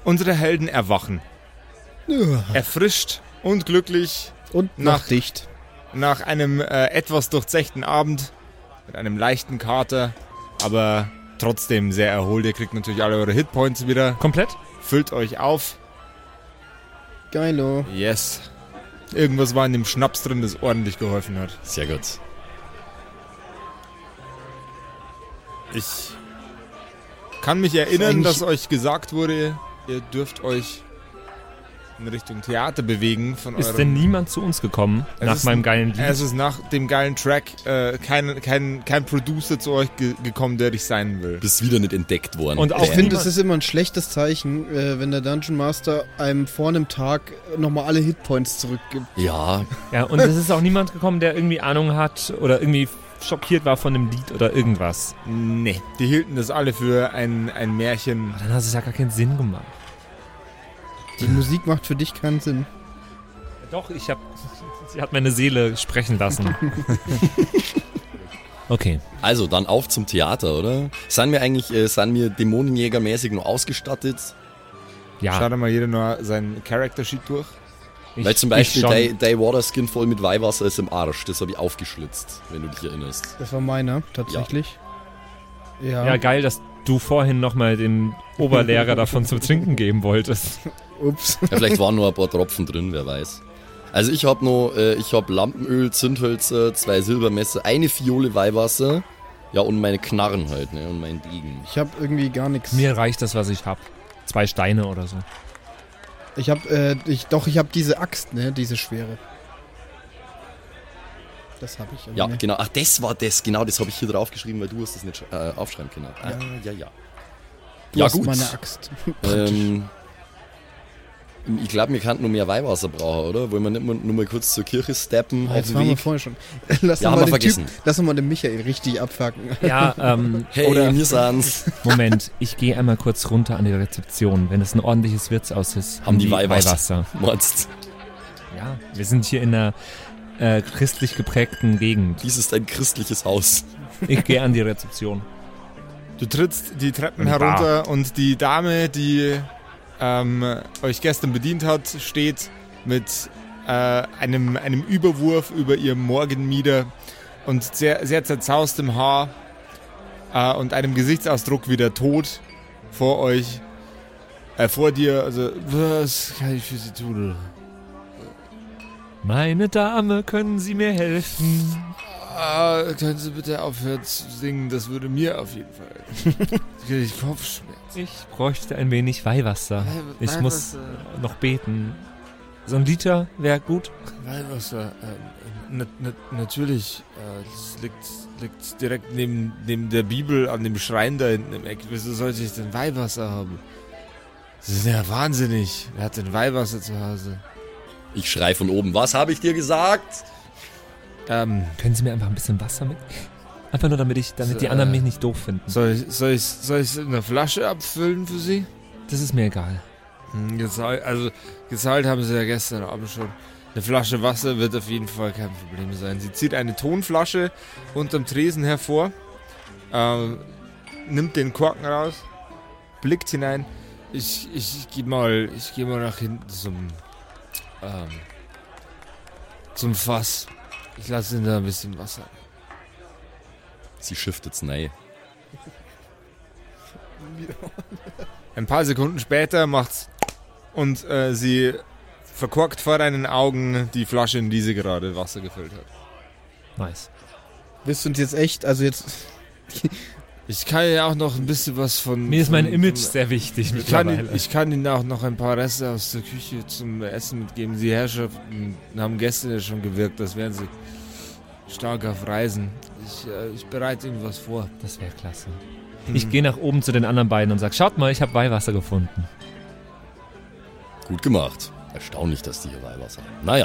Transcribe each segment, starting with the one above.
Unsere Helden erwachen. Erfrischt und glücklich. Und nachtdicht. Nach einem etwas durchzechten Abend. Mit einem leichten Kater. Aber trotzdem sehr erholt. Ihr kriegt natürlich alle eure Hitpoints wieder. Komplett? Füllt euch auf. Geilo. Yes. Irgendwas war in dem Schnaps drin, das ordentlich geholfen hat. Sehr gut. Ich kann mich erinnern, dass euch gesagt wurde, ihr dürft euch in Richtung Theater bewegen. Ist denn niemand zu uns gekommen nach meinem geilen Lied? Es ist nach dem geilen Track kein Producer zu euch gekommen, der dich sein will. Bist wieder nicht entdeckt worden. Und auch Ich finde, es ist immer ein schlechtes Zeichen, wenn der Dungeon Master einem vor einem Tag nochmal alle Hitpoints zurückgibt. Ja. Ja, und es ist auch niemand gekommen, der irgendwie Ahnung hat oder irgendwie schockiert war von dem Lied oder irgendwas. Nee, die hielten das alle für ein Märchen. Dann hat es ja gar keinen Sinn gemacht. Die Musik macht für dich keinen Sinn. Doch, sie hat meine Seele sprechen lassen. Okay. Also, dann auf zum Theater, oder? Sind wir Dämonenjägermäßig noch ausgestattet? Ja. Schaut mal jeder nur seinen Character-Sheet durch. Weil zum Beispiel dein Waterskin voll mit Weihwasser ist im Arsch. Das habe ich aufgeschlitzt, wenn du dich erinnerst. Das war meiner, tatsächlich. Ja, geil, dass du vorhin nochmal dem Oberlehrer davon zu trinken geben wolltest. Ups. Ja, vielleicht waren nur ein paar Tropfen drin, wer weiß. Also ich habe Lampenöl, Zündhölzer, 2 Silbermesser, eine Fiole Weihwasser, ja und meine Knarren halt, ne, und meinen Degen. Ich habe irgendwie gar nichts. Mir reicht das, was ich hab. 2 Steine oder so. Ich habe diese Axt, ne, diese schwere. Das habe ich. Ja, ne? genau. Ach, das war das. Genau, das habe ich hier draufgeschrieben, weil du hast das nicht aufschreiben können. Ja. Du hast meine Axt. Ich glaube, wir könnten noch mehr Weihwasser brauchen, oder? Wollen wir nicht nur mal kurz zur Kirche steppen? Jetzt waren wir vorher schon. Lass haben wir vergessen. Lass uns mal den Michael richtig abfacken. Ja, hey, oder wir sind's. Moment, ich gehe einmal kurz runter an die Rezeption. Wenn es ein ordentliches Wirtshaus ist, haben die Weihwasser. Ja, wir sind hier in einer christlich geprägten Gegend. Dies ist ein christliches Haus. Ich gehe an die Rezeption. Du trittst die Treppen herunter und die Dame, die euch gestern bedient hat, steht mit einem Überwurf über ihrem Morgenmieder und sehr, sehr zerzaustem Haar und einem Gesichtsausdruck wie der Tod vor euch, vor dir. Also, was kann ich für Sie tun? Meine Dame, können Sie mir helfen? Können Sie bitte aufhören zu singen? Das würde mir auf jeden Fall. Ich Kopfschmerzen. Ich bräuchte ein wenig Weihwasser. Ich muss noch beten. So ein Liter wäre gut. Weihwasser, natürlich. Das liegt direkt neben der Bibel an dem Schrein da hinten im Eck. Wieso sollte ich denn Weihwasser haben? Sie sind ja wahnsinnig. Wer hat denn Weihwasser zu Hause? Ich schrei von oben. Was habe ich dir gesagt? Können Sie mir einfach ein bisschen Wasser mit? Einfach nur, damit die anderen mich nicht doof finden. Soll ich in einer Flasche abfüllen für Sie? Das ist mir egal. Gezahlt haben Sie ja gestern Abend schon. Eine Flasche Wasser wird auf jeden Fall kein Problem sein. Sie zieht eine Tonflasche unterm Tresen hervor, nimmt den Korken raus, blickt hinein. Ich gehe mal nach hinten zum Fass. Ich lasse Ihnen da ein bisschen Wasser. Sie shiftet's nein. Ein paar Sekunden später macht's und sie verkorkt vor deinen Augen die Flasche, in die sie gerade Wasser gefüllt hat. Nice. Willst du uns jetzt echt, also jetzt... Ich kann ja auch noch ein bisschen was von... Mir ist mein Image sehr wichtig mittlerweile. Ich kann Ihnen auch noch ein paar Reste aus der Küche zum Essen mitgeben. Die Herrschaften haben gestern ja schon gewirkt, das wären sie stark auf Reisen. Ich bereite Ihnen was vor. Das wäre klasse. Ich gehe nach oben zu den anderen beiden und sage, schaut mal, ich habe Weihwasser gefunden. Gut gemacht. Erstaunlich, dass die hier Weihwasser haben. Naja.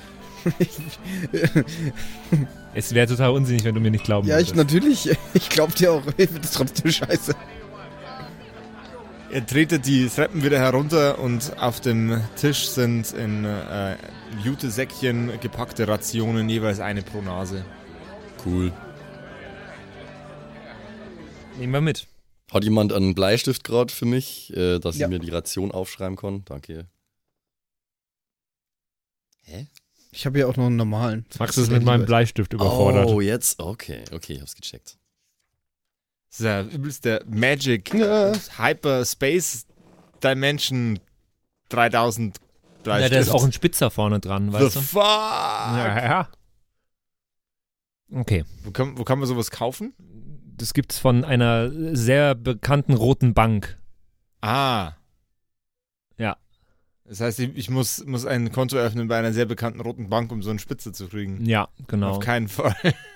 Es wäre total unsinnig, wenn du mir nicht glauben würdest. Ja, natürlich. Ich glaub dir auch. Ich finde es trotzdem scheiße. Ihr tretet die Treppen wieder herunter und auf dem Tisch sind in Jute-Säckchen gepackte Rationen, jeweils eine pro Nase. Cool. Nehmen wir mit. Hat jemand einen Bleistift gerade für mich, dass Ja. ich mir die Ration aufschreiben kann? Danke. Hä? Ich habe ja auch noch einen normalen. Max ist mit meinem Bleistift überfordert. Oh, jetzt? Okay, ich hab's gecheckt. Das ist ja übelst der Magic Ja. Hyperspace Dimension 3000 Ja, Bleistift. da ist auch ein Spitzer vorne dran, The weißt du? fuck? Ja. Okay. Wo kann man sowas kaufen? Das gibt's von einer sehr bekannten roten Bank. Ah. Ja. Das heißt, ich muss ein Konto öffnen bei einer sehr bekannten roten Bank, um so einen Spitze zu kriegen. Ja, genau. Auf keinen Fall.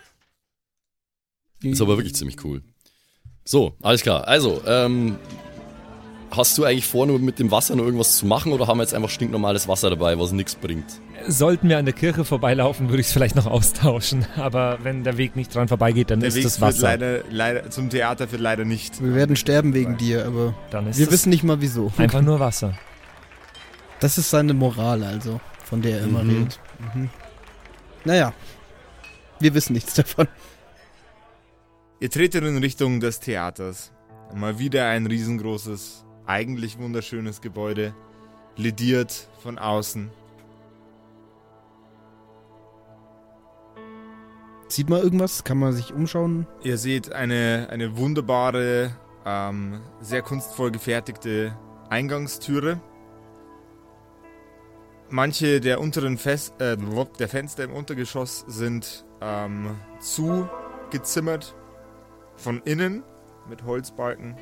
Ist aber wirklich ziemlich cool. So, alles klar. Also, hast du eigentlich vor, nur mit dem Wasser noch irgendwas zu machen oder haben wir jetzt einfach stinknormales Wasser dabei, was nichts bringt? Sollten wir an der Kirche vorbeilaufen, würde ich es vielleicht noch austauschen. Aber wenn der Weg nicht dran vorbeigeht, dann Der ist Weg das führt Wasser. leider zum Theater führt leider nicht. Wir werden sterben wegen dir, aber Dann ist wir es wissen nicht mal wieso. einfach nur Wasser. Das ist seine Moral also, von der er immer redet. Mhm. Naja, wir wissen nichts davon. Ihr tretet in Richtung des Theaters. Mal wieder ein riesengroßes, eigentlich wunderschönes Gebäude, lediert von außen. Sieht man irgendwas? Kann man sich umschauen? Ihr seht eine wunderbare, sehr kunstvoll gefertigte Eingangstüre. Manche der unteren der Fenster im Untergeschoss sind zugezimmert von innen mit Holzbalken.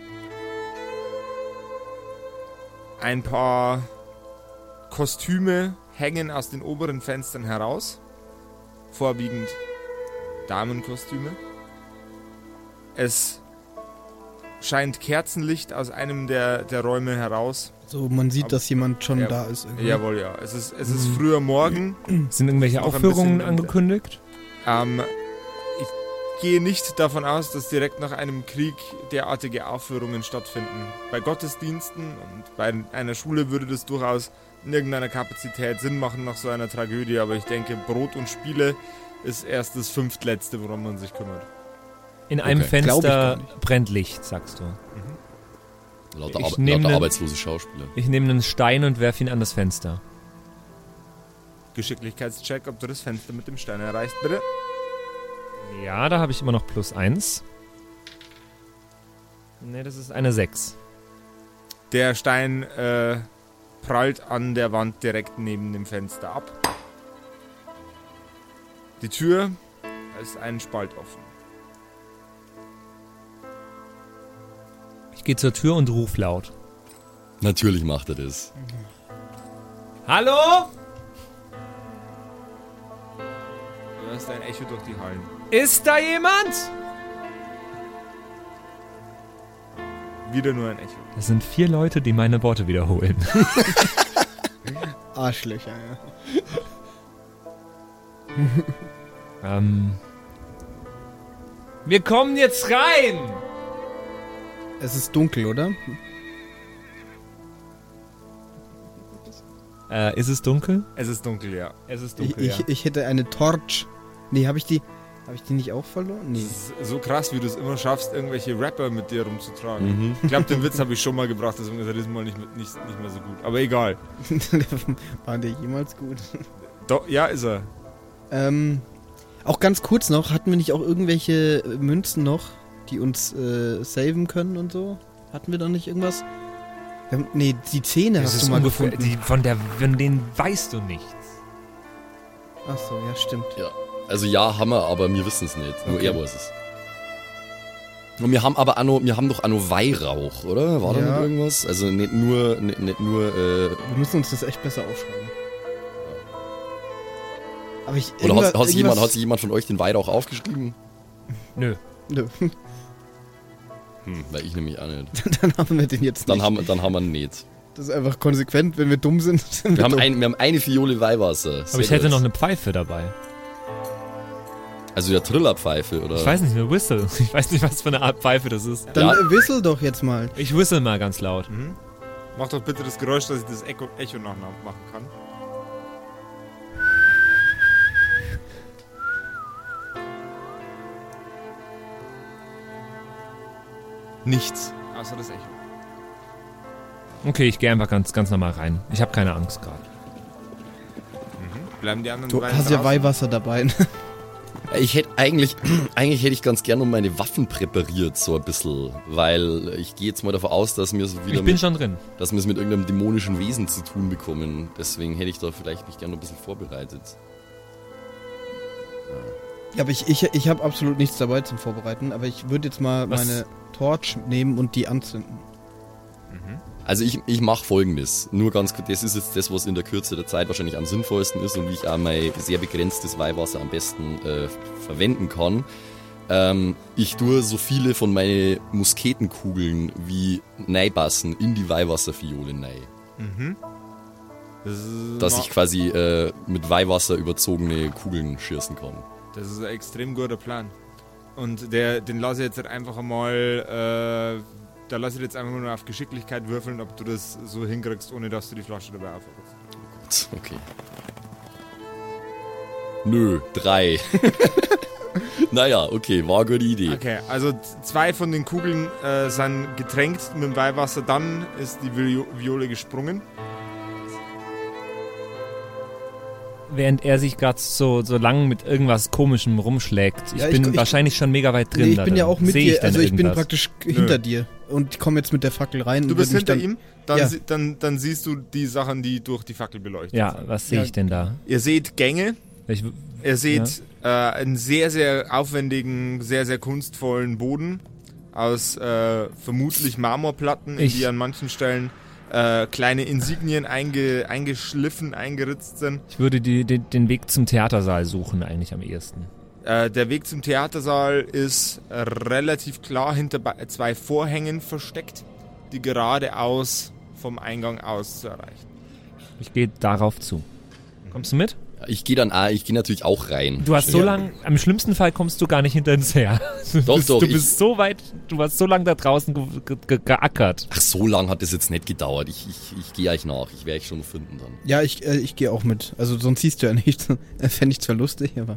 Ein paar Kostüme hängen aus den oberen Fenstern heraus. Vorwiegend Damenkostüme. Es scheint Kerzenlicht aus einem der Räume heraus. So, man sieht, Aber- dass jemand schon Ja. da ist. Irgendwie. Jawohl, ja. Es ist früher Morgen. Sind irgendwelche Noch ein Aufführungen bisschen- angekündigt? Ich gehe nicht davon aus, dass direkt nach einem Krieg derartige Aufführungen stattfinden. Bei Gottesdiensten und bei einer Schule würde das durchaus in irgendeiner Kapazität Sinn machen nach so einer Tragödie, aber ich denke, Brot und Spiele ist erst das fünftletzte, woran man sich kümmert. In einem Okay. Glaub ich Fenster gar nicht. brennt Licht, sagst du. Lauter, Ich nehm lauter ne- arbeitslose Schauspieler. Ich nehme einen Stein und werfe ihn an das Fenster. Geschicklichkeitscheck, ob du das Fenster mit dem Stein erreichst, bitte. Ja, da habe ich immer noch +1. Ne, das ist eine 6. Der Stein prallt an der Wand direkt neben dem Fenster ab. Die Tür ist ein Spalt offen. Ich gehe zur Tür und ruf laut. Natürlich macht er das. Hallo? Du hörst ein Echo durch die Hallen. Ist da jemand? Wieder nur ein Echo. Das sind 4 Leute, die meine Worte wiederholen. Arschlöcher, ja. Wir kommen jetzt rein! Es ist dunkel, oder? Ist es dunkel? Es ist dunkel, ja. Es ist Ich hätte eine Torch. Nee, habe ich die nicht auch verloren? Nee. Es ist so krass, wie du es immer schaffst, irgendwelche Rapper mit dir rumzutragen. Mhm. Ich glaube, den Witz habe ich schon mal gebracht, deswegen ist er diesmal nicht mehr so gut. Aber egal. War der jemals gut? Doch, ja, ist er. Auch ganz kurz noch, hatten wir nicht auch irgendwelche Münzen noch, die uns saven können und so? Hatten wir da nicht irgendwas? Nee, die Zähne hast du mal gefunden. Von denen weißt du nichts. Achso, ja, stimmt. Ja. Also ja, haben wir, aber wir wissen es nicht. Nur Okay. er weiß es. Und wir haben aber doch auch noch Weihrauch, oder? War da Ja. noch irgendwas? Also nicht nur, Wir müssen uns das echt besser aufschreiben. Aber oder hat sich jemand von euch den Weihrauch aufgeschrieben? Nö. Nö. Weil ich nämlich auch nicht. Dann haben wir den jetzt Dann nicht. haben wir ihn nicht. Das ist einfach konsequent, wenn wir dumm sind. Sind Wir haben, dumm. wir haben eine Fiole Weihwasser. Aber Sehr ich hätte gut. noch eine Pfeife dabei. Also ja, Trillerpfeife, oder? Ich weiß nicht, eine Whistle. Ich weiß nicht, was für eine Art Pfeife das ist. Dann Ja. whistle doch jetzt mal. Ich whistle mal ganz laut. Mach doch bitte das Geräusch, dass ich das Echo nachmachen kann. Nichts. außer das Echo. Okay, ich gehe einfach ganz normal rein. Ich habe keine Angst gerade. Bleiben die anderen Du beiden hast ja draußen? Weihwasser dabei. Ich hätte eigentlich hätte ich ganz gerne meine Waffen präpariert, so ein bisschen, weil ich gehe jetzt mal davon aus, dass wir so wieder Ich bin schon drin. dass wir es mit irgendeinem dämonischen Wesen zu tun bekommen. Deswegen hätte ich da vielleicht mich gerne ein bisschen vorbereitet. Ja, aber ich habe absolut nichts dabei zum Vorbereiten, aber ich würde jetzt mal meine Torch nehmen und die anzünden. Also ich mache Folgendes, nur ganz kurz, das ist jetzt das, was in der Kürze der Zeit wahrscheinlich am sinnvollsten ist und wie ich auch mein sehr begrenztes Weihwasser am besten verwenden kann. Ich tue so viele von meinen Musketenkugeln wie Neibassen in die Weihwasserfiole rein. Dass ich quasi mit Weihwasser überzogene Kugeln schießen kann. Das ist ein extrem guter Plan. Und den lasse ich jetzt halt einfach mal, da lasse ich jetzt einfach nur auf Geschicklichkeit würfeln, ob du das so hinkriegst, ohne dass du die Flasche dabei aufhörst. Gut, okay. Nö, 3. Naja, okay, war eine gute Idee. Okay, also 2 von den Kugeln sind getränkt mit dem Weihwasser, dann ist die Viole gesprungen. Während er sich gerade so lang mit irgendwas Komischem rumschlägt. Ja, Ich bin wahrscheinlich schon mega weit drin. Nee, ich bin ja auch mit Seh dir, also ich bin irgendwas? praktisch hinter dir und komme jetzt mit der Fackel rein. Du und bist würd mich hinter ihm, dann, Ja. dann siehst du die Sachen, die durch die Fackel beleuchtet Ja, sind. was sehe ich denn da? Ihr seht Gänge, Ich, ihr seht einen sehr, sehr aufwendigen, sehr, sehr kunstvollen Boden aus vermutlich Marmorplatten, in die an manchen Stellen kleine Insignien eingeschliffen, eingeritzt sind. ich würde den Weg zum Theatersaal suchen eigentlich am ehesten. Der Weg zum Theatersaal ist relativ klar hinter 2 Vorhängen versteckt, die geradeaus vom Eingang aus zu erreichen. Ich gehe darauf zu. Kommst du mit? Ich gehe natürlich auch rein. Du hast so lang, am schlimmsten Fall kommst du gar nicht hinter uns her. Doch, Du bist so weit, du warst so lang da draußen geackert. Ach, so lang hat das jetzt nicht gedauert. Ich gehe euch nach. Ich werde euch schon finden dann. Ja, ich gehe auch mit. Also sonst siehst du ja nichts. Fände ich zwar lustig, aber...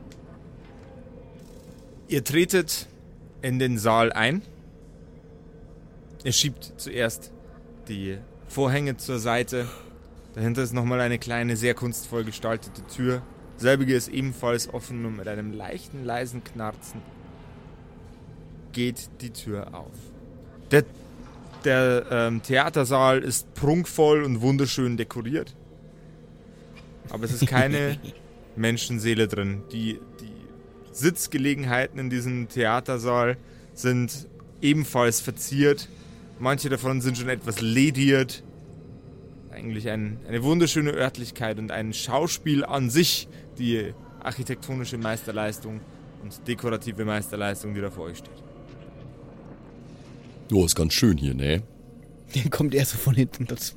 Ihr tretet in den Saal ein. Ihr schiebt zuerst die Vorhänge zur Seite. Dahinter ist nochmal eine kleine, sehr kunstvoll gestaltete Tür. Selbige ist ebenfalls offen und mit einem leichten, leisen Knarzen geht die Tür auf. Der Theatersaal ist prunkvoll und wunderschön dekoriert. Aber es ist keine Menschenseele drin. Die Sitzgelegenheiten in diesem Theatersaal sind ebenfalls verziert. Manche davon sind schon etwas lediert. Eigentlich eine wunderschöne Örtlichkeit und ein Schauspiel an sich, die architektonische Meisterleistung und dekorative Meisterleistung, die da vor euch steht. Oh, ist ganz schön hier, ne? Den kommt er so von hinten dazu.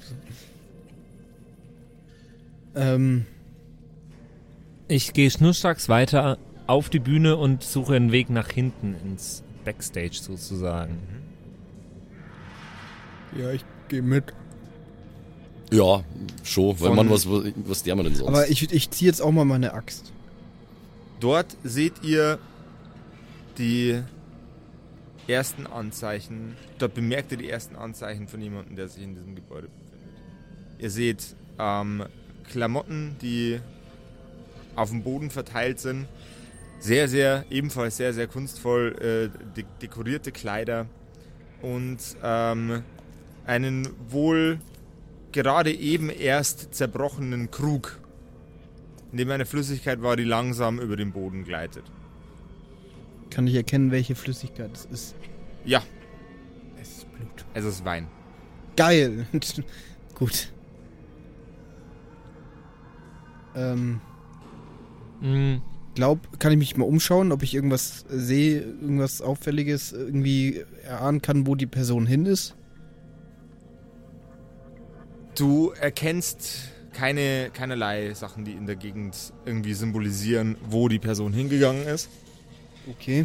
Ich gehe schnurstracks weiter auf die Bühne und suche einen Weg nach hinten ins Backstage sozusagen. Ja, ich gehe mit. Ja, schon. Weil man, was der man denn sonst? Aber ich ziehe jetzt auch mal meine Axt. Dort seht ihr die ersten Anzeichen, dort bemerkt ihr die ersten Anzeichen von jemandem, der sich in diesem Gebäude befindet. Ihr seht Klamotten, die auf dem Boden verteilt sind. Ebenfalls sehr, sehr kunstvoll dekorierte Kleider und einen wohl gerade eben erst zerbrochenen Krug, in dem eine Flüssigkeit war, die langsam über den Boden gleitet. Kann ich erkennen, welche Flüssigkeit es ist? Ja, Es ist Blut. es ist Wein. Geil. Gut. Kann ich mich mal umschauen, ob ich irgendwas sehe, irgendwas Auffälliges irgendwie erahnen kann, wo die Person hin ist? Du erkennst keinerlei Sachen, die in der Gegend irgendwie symbolisieren, wo die Person hingegangen ist. Okay.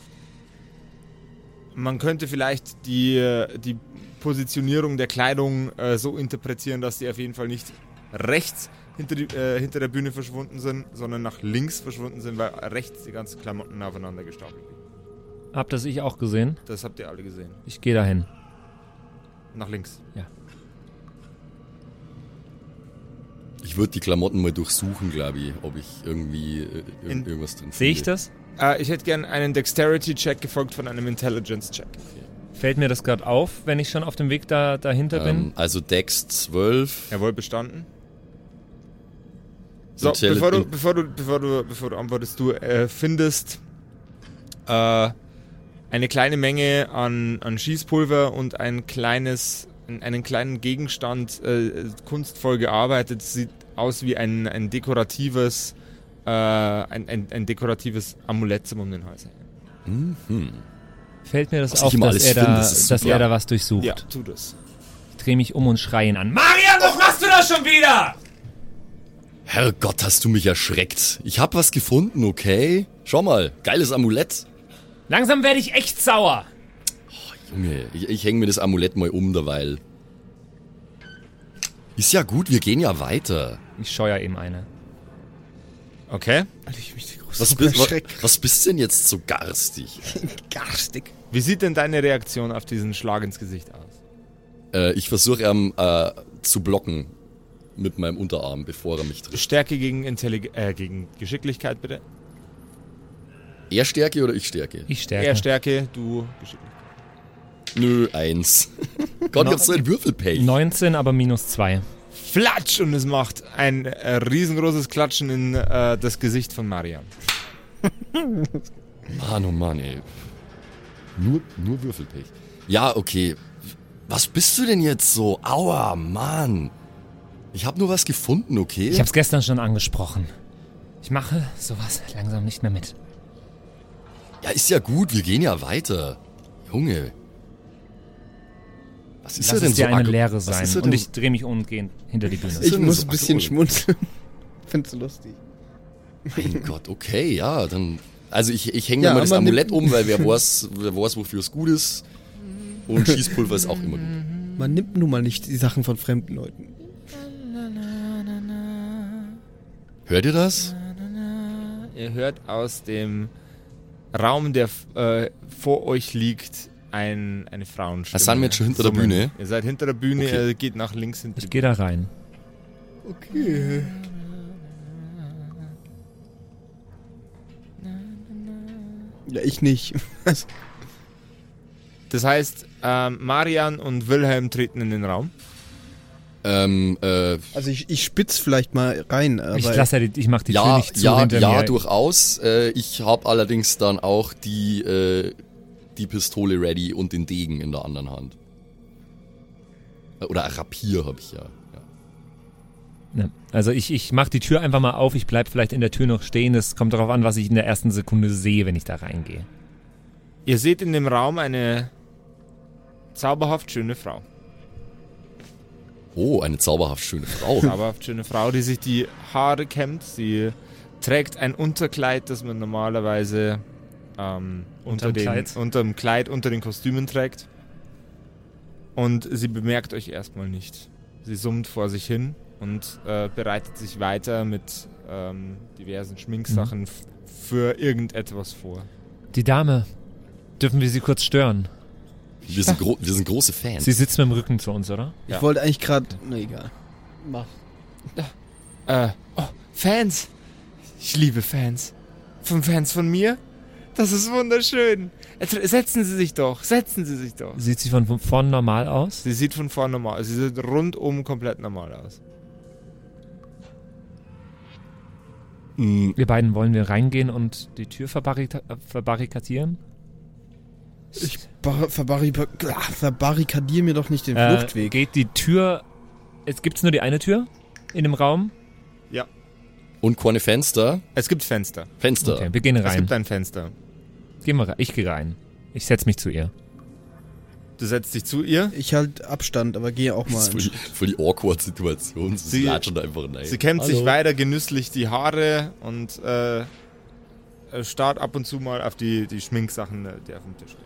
Man könnte vielleicht die Positionierung der Kleidung so interpretieren, dass die auf jeden Fall nicht rechts hinter der Bühne verschwunden sind, sondern nach links verschwunden sind, weil rechts die ganzen Klamotten aufeinander gestapelt liegen. Habt das ich auch gesehen? Das habt ihr alle gesehen. Ich gehe dahin. Nach links. Ja. Ich würde die Klamotten mal durchsuchen, glaube ich, ob ich irgendwie irgendwas drin finde. Sehe ich das? Ich hätte gern einen Dexterity-Check gefolgt von einem Intelligence-Check. Fällt mir das gerade auf, wenn ich schon auf dem Weg dahinter bin? Also Dex 12. Jawohl, bestanden. So, bevor du antwortest, du findest eine kleine Menge an Schießpulver und einen kleinen Gegenstand, kunstvoll gearbeitet. Sieht aus wie ein dekoratives Amulett um den Hals hängen. Mhm. Fällt mir das auf, dass er da was durchsucht? Ja, tu das. Ich drehe mich um und schreie ihn an. Marian, was machst du da schon wieder? Herrgott, hast du mich erschreckt. Ich hab was gefunden, okay? Schau mal, geiles Amulett. Langsam werde ich echt sauer. Junge, ich hänge mir das Amulett mal um derweil. Ist ja gut, wir gehen ja weiter. Ich scheuer ihm eine. Okay. Alter, ich mich Was bist denn jetzt so garstig? Garstig. Wie sieht denn deine Reaktion auf diesen Schlag ins Gesicht aus? Ich versuche zu blocken mit meinem Unterarm, bevor er mich trifft. Stärke gegen Geschicklichkeit, bitte. Er Stärke oder ich Stärke? Ich Stärke. Er Stärke, du Geschicklichkeit. Nö, 1. Gott, ich hab so ein Würfelpech. 19, aber -2. Flatsch! Und es macht ein riesengroßes Klatschen in das Gesicht von Marian. Mann, oh Mann, ey. Nur Würfelpech. Ja, okay. Was bist du denn jetzt so? Aua, Mann. Ich hab nur was gefunden, okay? Ich hab's gestern schon angesprochen. Ich mache sowas langsam nicht mehr mit. Ja, ist ja gut, wir gehen ja weiter. Junge. Was ist Lass denn es dir so eine Lehre sein. ist er Und denn- ich drehe mich um und gehe hinter die Bühne. ist Ich denn muss so ein bisschen aktuell? schmunzeln. Find's so lustig. Mein Gott, okay, ja, dann... Also ich hänge Ja, mir mal das aber Amulett um, weil wer weiß, wofür es gut ist. Und Schießpulver ist auch immer gut. Man nimmt nun mal nicht die Sachen von fremden Leuten. Hört ihr das? Ihr hört aus dem Raum, der vor euch liegt, eine Frauenstimme. Das sind wir jetzt schon hinter der Summen. Bühne? Ihr seid hinter der Bühne, Okay. ihr geht nach links hinter Ich gehe da rein. Okay. Ja, ich nicht. Das heißt, Marian und Wilhelm treten in den Raum. Also ich spitz vielleicht mal rein, aber Ich mach die Tür ja, nicht zu hinter ja, mir. durchaus. Ich habe allerdings dann auch die Pistole ready und den Degen in der anderen Hand. Oder ein Rapier habe ich ja. Ne. Also ich mach die Tür einfach mal auf, ich bleib vielleicht in der Tür noch stehen. Es kommt darauf an, was ich in der ersten Sekunde sehe, wenn ich da reingehe. Ihr seht in dem Raum eine zauberhaft schöne Frau. Oh, eine zauberhaft schöne Frau. Zauberhaft schöne Frau, die sich die Haare kämmt. Sie trägt ein Unterkleid, das man normalerweise unter den Kostümen trägt. Und sie bemerkt euch erstmal nicht. Sie summt vor sich hin und bereitet sich weiter mit diversen Schminksachen für irgendetwas vor. Die Dame, dürfen wir sie kurz stören? Wir sind große Fans. Sie sitzt mit dem Rücken zu uns, oder? ich wollte eigentlich gerade... Na egal. Mach. Fans! Ich liebe Fans. Fans von mir? Das ist wunderschön. Setzen Sie sich doch. Sieht sie von vorn normal aus? Sie sieht von vorn normal aus. Sie sieht rundum komplett normal aus. Wir beiden wollen wir reingehen und die Tür verbarrikadieren? Ich verbarrikadiere mir doch nicht den Fluchtweg. Geht die Tür... Gibt's nur die eine Tür in dem Raum? Ja. Und keine Fenster? Es gibt Fenster. Fenster. Okay, wir gehen Es rein. gibt ein Fenster. Gehen wir rein. Ich gehe rein. Ich setz mich zu ihr. Du setzt dich zu ihr. Ich halt Abstand, aber gehe auch Das mal. ist voll die awkward Situation. Sie latschen einfach rein. Sie kämmt sich Hallo. weiter genüsslich die Haare und starrt ab und zu mal auf die Schminksachen, die auf dem Tisch stehen.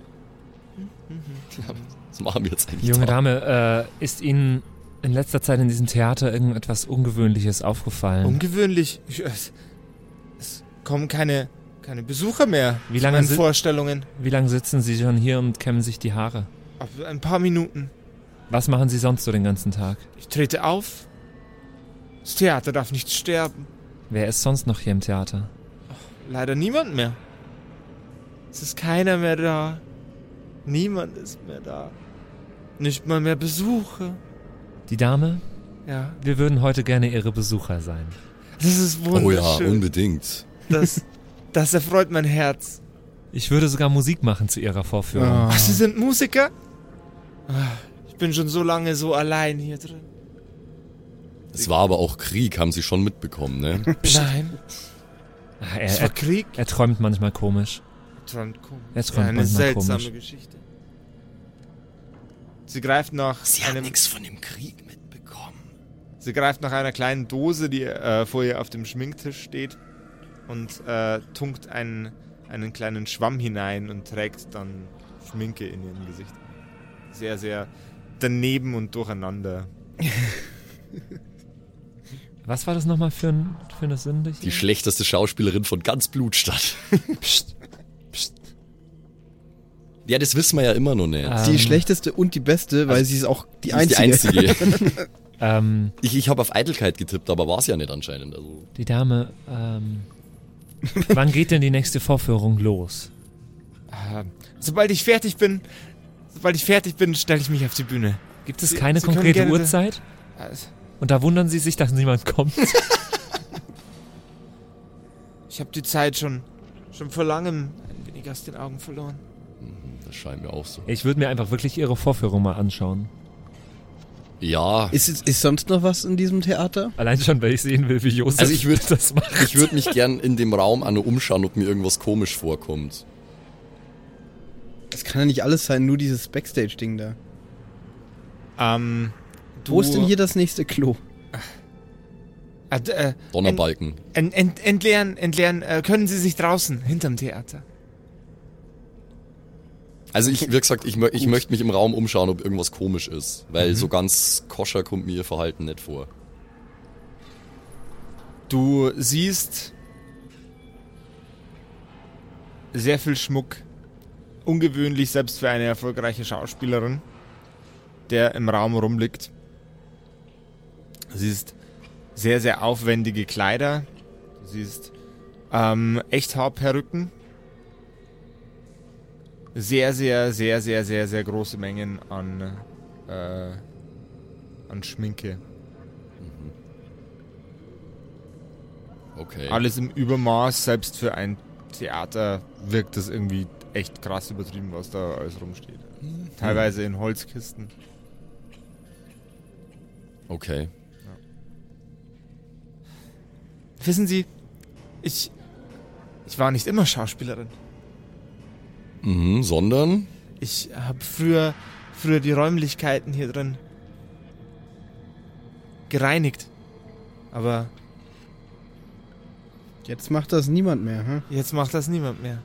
Was machen wir jetzt eigentlich Junge da? Dame, ist Ihnen in letzter Zeit in diesem Theater irgendetwas Ungewöhnliches aufgefallen? Ungewöhnlich. Es kommen keine keine Besucher mehr. Wie lange Vorstellungen? Wie lange sitzen Sie schon hier und kämmen sich die Haare? Ein paar Minuten. Was machen Sie sonst so den ganzen Tag? Ich trete auf. Das Theater darf nicht sterben. Wer ist sonst noch hier im Theater? Leider niemand mehr. Es ist keiner mehr da. Niemand ist mehr da. Nicht mal mehr Besucher. Die Dame? Ja. Wir würden heute gerne Ihre Besucher sein. Das ist wunderschön. Oh ja, unbedingt. Das erfreut mein Herz. Ich würde sogar Musik machen zu Ihrer Vorführung. Ach, Sie sind Musiker? Ich bin schon so lange so allein hier drin. Es war aber auch Krieg, haben Sie schon mitbekommen, ne? Nein. Es war Krieg. Er träumt manchmal komisch. Eine seltsame Geschichte. Sie greift nach Sie hat nichts von dem Krieg mitbekommen. Sie greift nach einer kleinen Dose, die vor ihr auf dem Schminktisch steht und tunkt einen kleinen Schwamm hinein und trägt dann Schminke in ihrem Gesicht. Sehr, sehr daneben und durcheinander. Was war das nochmal für eine Sünde? Die schlechteste Schauspielerin von ganz Blutstadt. Psst. Psst. Ja, das wissen wir ja immer noch nicht. Die schlechteste und die beste, weil sie ist auch die einzige. Ich habe auf Eitelkeit getippt, aber war es ja nicht anscheinend. Also. Die Dame, wann geht denn die nächste Vorführung los? Sobald ich fertig bin, stelle ich mich auf die Bühne. Gibt es keine konkrete Uhrzeit? Und da wundern Sie sich, dass niemand kommt? Ich habe die Zeit schon vor langem ein wenig aus den Augen verloren. Das scheint mir auch so. Ich würde mir einfach wirklich Ihre Vorführung mal anschauen. Ja. Ist sonst noch was in diesem Theater? Allein schon, weil ich sehen will, wie Josef das macht. Ich würde mich gern in dem Raum an umschauen, ob mir irgendwas komisch vorkommt. Das kann ja nicht alles sein, nur dieses Backstage-Ding da. Wo ist denn hier das nächste Klo? Donnerbalken. Entleeren, können Sie sich draußen, hinterm Theater. Also wie gesagt, ich möchte mich im Raum umschauen, ob irgendwas komisch ist. Weil so ganz koscher kommt mir ihr Verhalten nicht vor. Du siehst sehr viel Schmuck. Ungewöhnlich, selbst für eine erfolgreiche Schauspielerin, der im Raum rumliegt. Du siehst sehr, sehr aufwendige Kleider. Du siehst Echthaarperücken. Sehr, sehr, sehr, sehr, sehr, sehr große Mengen an Schminke. Okay. Alles im Übermaß, selbst für ein Theater wirkt das irgendwie echt krass übertrieben, was da alles rumsteht. Teilweise in Holzkisten. Okay. Ja. Wissen Sie, ich war nicht immer Schauspielerin. Sondern? Ich habe früher die Räumlichkeiten hier drin gereinigt. Aber jetzt macht das niemand mehr, hm? Jetzt macht das niemand mehr.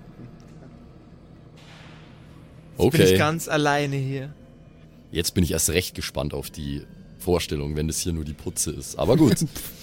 Jetzt Okay. bin ich ganz alleine hier. Jetzt bin ich erst recht gespannt auf die Vorstellung, wenn das hier nur die Putze ist. Aber gut.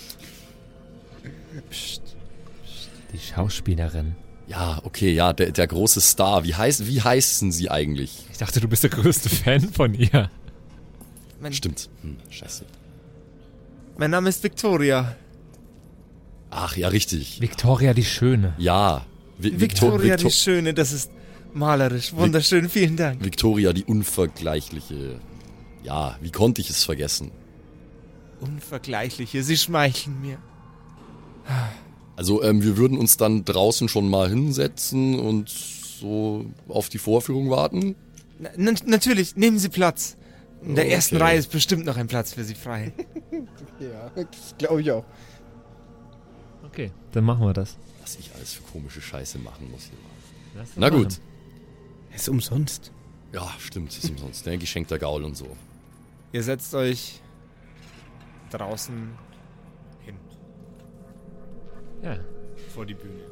Psst. Die Schauspielerin. Ja, okay, ja, der große Star. Wie heißen Sie eigentlich? Ich dachte, du bist der größte Fan von ihr. Stimmt. Scheiße. Mein Name ist Victoria. Ach, ja, richtig. Victoria die Schöne. Ja. Victoria die Schöne, das ist malerisch. Wunderschön, vielen Dank. Victoria die Unvergleichliche. Ja, wie konnte ich es vergessen? Unvergleichliche, Sie schmeicheln mir. Also, wir würden uns dann draußen schon mal hinsetzen und so auf die Vorführung warten? Natürlich, nehmen Sie Platz. In der ersten Okay. Reihe ist bestimmt noch ein Platz für Sie frei. Ja, das glaube ich auch. Okay, dann machen wir das. Was ich alles für komische Scheiße machen muss hier. Lass das Na gut. machen. Ist umsonst. Ja, stimmt, ist umsonst, ne? Geschenkter Gaul und so. Ihr setzt euch draußen hin, Ja. vor die Bühne.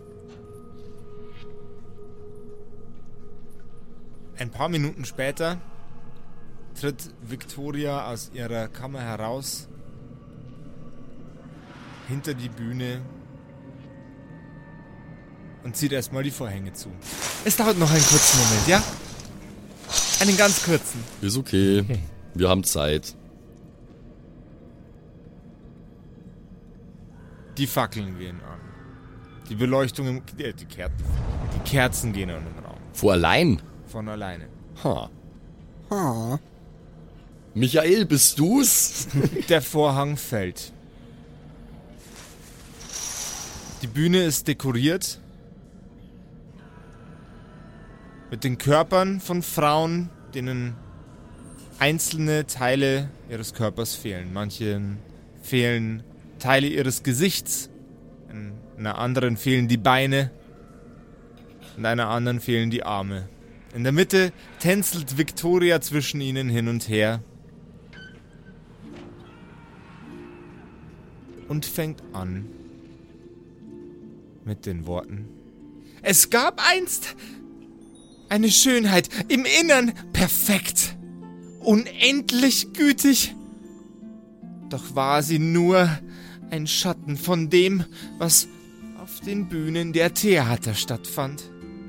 Ein paar Minuten später tritt Victoria aus ihrer Kammer heraus, hinter die Bühne und zieht erstmal die Vorhänge zu. Es dauert noch einen kurzen Moment, ja? Einen ganz kurzen. Ist okay. Wir haben Zeit. Die Fackeln gehen an. Die Beleuchtung die Kerzen gehen an den Raum. Vor allein? Von alleine. Ha. Michael, bist du's? Der Vorhang fällt. Die Bühne ist dekoriert mit den Körpern von Frauen, denen einzelne Teile ihres Körpers fehlen. Manchen fehlen Teile ihres Gesichts, in einer anderen fehlen die Beine, in einer anderen fehlen die Arme. In der Mitte tänzelt Victoria zwischen ihnen hin und her und fängt an mit den Worten: Es gab einst eine Schönheit, im Innern perfekt, unendlich gütig. Doch war sie nur ein Schatten von dem, was auf den Bühnen der Theater stattfand.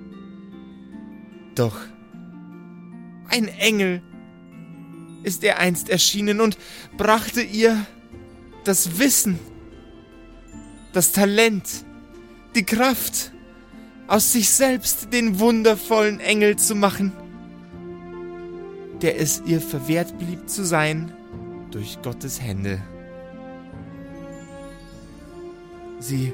Doch ein Engel ist ihr einst erschienen und brachte ihr das Wissen, das Talent, die Kraft, aus sich selbst den wundervollen Engel zu machen, der es ihr verwehrt blieb zu sein durch Gottes Hände. Sie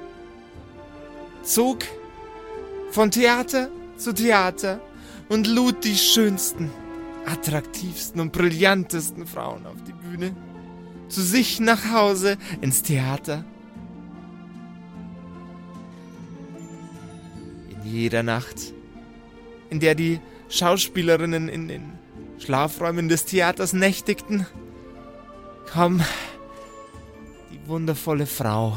zog von Theater zu Theater und lud die schönsten, attraktivsten und brillantesten Frauen auf die Bühne, zu sich nach Hause ins Theater. In jeder Nacht, in der die Schauspielerinnen in den Schlafräumen des Theaters nächtigten, kam die wundervolle Frau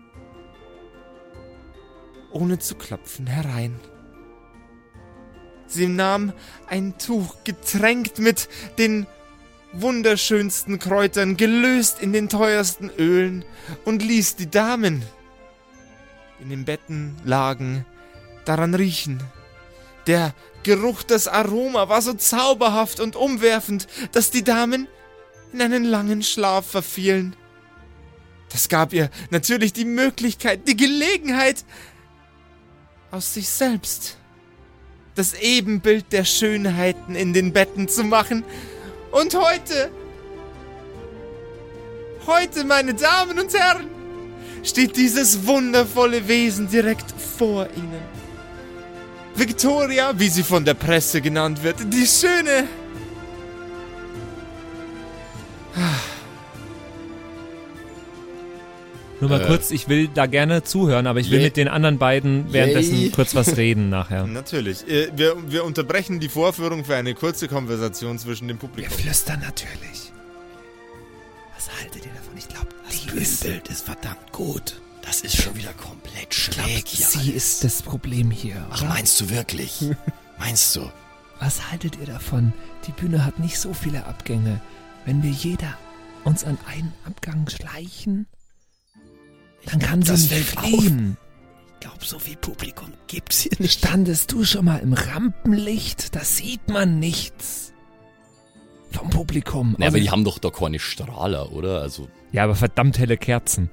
ohne zu klopfen herein. Sie nahm ein Tuch, getränkt mit den wunderschönsten Kräutern, gelöst in den teuersten Ölen, und ließ die Damen, die in den Betten lagen, daran riechen. Der Geruch, das Aroma war so zauberhaft und umwerfend, dass die Damen in einen langen Schlaf verfielen. Das gab ihr natürlich die Möglichkeit, die Gelegenheit, aus sich selbst das Ebenbild der Schönheiten in den Betten zu machen. Und heute, meine Damen und Herren, steht dieses wundervolle Wesen direkt vor Ihnen. Victoria, wie sie von der Presse genannt wird, die Schöne. Nur mal kurz, ich will da gerne zuhören, aber ich will mit den anderen beiden währenddessen kurz was reden nachher. Natürlich. Wir unterbrechen die Vorführung für eine kurze Konversation zwischen dem Publikum. Wir flüstern natürlich. Was haltet ihr davon? Ich glaube, das Bühnenbild ist verdammt gut. Das ist schon wieder komplett schräg hier. Sie ist das Problem hier. Ach, meinst du wirklich? Meinst du? Was haltet ihr davon? Die Bühne hat nicht so viele Abgänge. Wenn wir jeder uns an einen Abgang schleichen, dann kann sie nicht fliehen. Ich glaube, so viel Publikum gibt's hier nicht. Standest du schon mal im Rampenlicht? Da sieht man nichts vom Publikum. Ja, aber die haben doch da keine Strahler, oder? Also ja, aber verdammt helle Kerzen.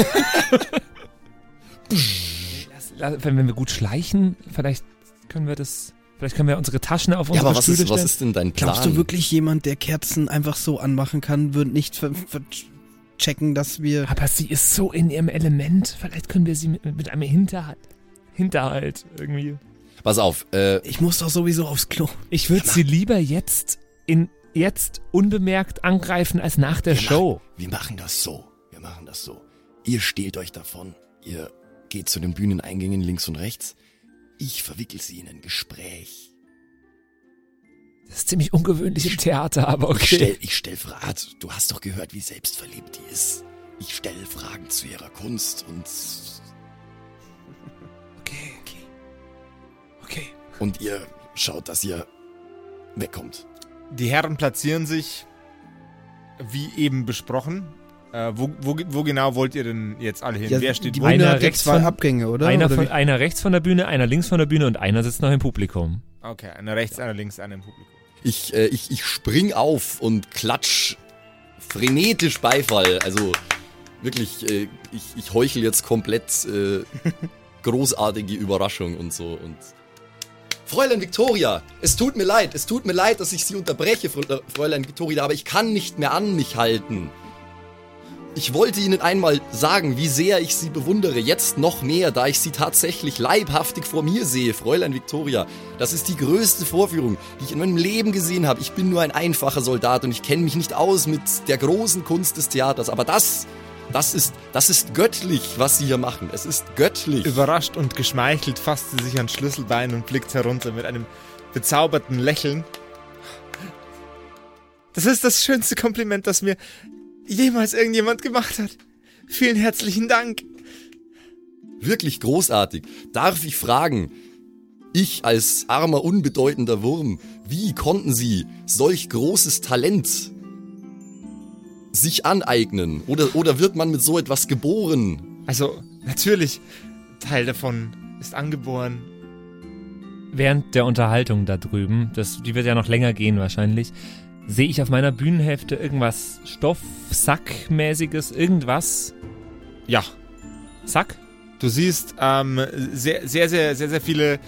Wenn wir gut schleichen, vielleicht können wir unsere Taschen auf unsere Stühle stellen. Was ist denn dein Plan? Glaubst du wirklich, jemand, der Kerzen einfach so anmachen kann, würde nicht checken, dass wir... Aber sie ist so in ihrem Element. Vielleicht können wir sie mit einem Hinterhalt irgendwie... Pass auf. Ich muss doch sowieso aufs Klo. Ich würde sie lieber jetzt unbemerkt angreifen als nach der Show. Wir machen das so. Ihr stehlt euch davon. Ihr geht zu den Bühneneingängen links und rechts. Ich verwickel sie in ein Gespräch. Das ist ziemlich ungewöhnlich im Theater, aber okay. Ich stell Fragen. Du hast doch gehört, wie selbstverliebt die ist. Ich stelle Fragen zu ihrer Kunst und... Okay. Und ihr schaut, dass ihr wegkommt. Die Herren platzieren sich, wie eben besprochen, Wo genau wollt ihr denn jetzt alle hin? Ja, Wer steht die wo? Bühne Einer hat ja rechts 2 von- Abgänge, oder? Einer rechts von der Bühne, einer links von der Bühne und einer sitzt noch im Publikum. Okay, einer rechts, einer links, einer im Publikum. Ich spring auf und klatsch frenetisch Beifall. Also wirklich, ich heuchel jetzt komplett großartige Überraschung und so. Und Fräulein Victoria, es tut mir leid, dass ich Sie unterbreche, Fräulein Victoria, aber ich kann nicht mehr an mich halten. Ich wollte Ihnen einmal sagen, wie sehr ich Sie bewundere, jetzt noch mehr, da ich Sie tatsächlich leibhaftig vor mir sehe, Fräulein Victoria. Das ist die größte Vorführung, die ich in meinem Leben gesehen habe. Ich bin nur ein einfacher Soldat und ich kenne mich nicht aus mit der großen Kunst des Theaters, aber das ist göttlich, was Sie hier machen. Es ist göttlich. Überrascht und geschmeichelt fasst sie sich ans Schlüsselbein und blickt herunter mit einem bezauberten Lächeln. Das ist das schönste Kompliment, das mir jemals irgendjemand gemacht hat. Vielen herzlichen Dank. Wirklich großartig. Darf ich fragen, ich als armer, unbedeutender Wurm, wie konnten Sie solch großes Talent sich aneignen? Oder wird man mit so etwas geboren? Also, natürlich, Teil davon ist angeboren. Während der Unterhaltung da drüben, die wird ja noch länger gehen wahrscheinlich, sehe ich auf meiner Bühnenhälfte irgendwas Stoffsackmäßiges, irgendwas? Ja, Sack? du siehst sehr viele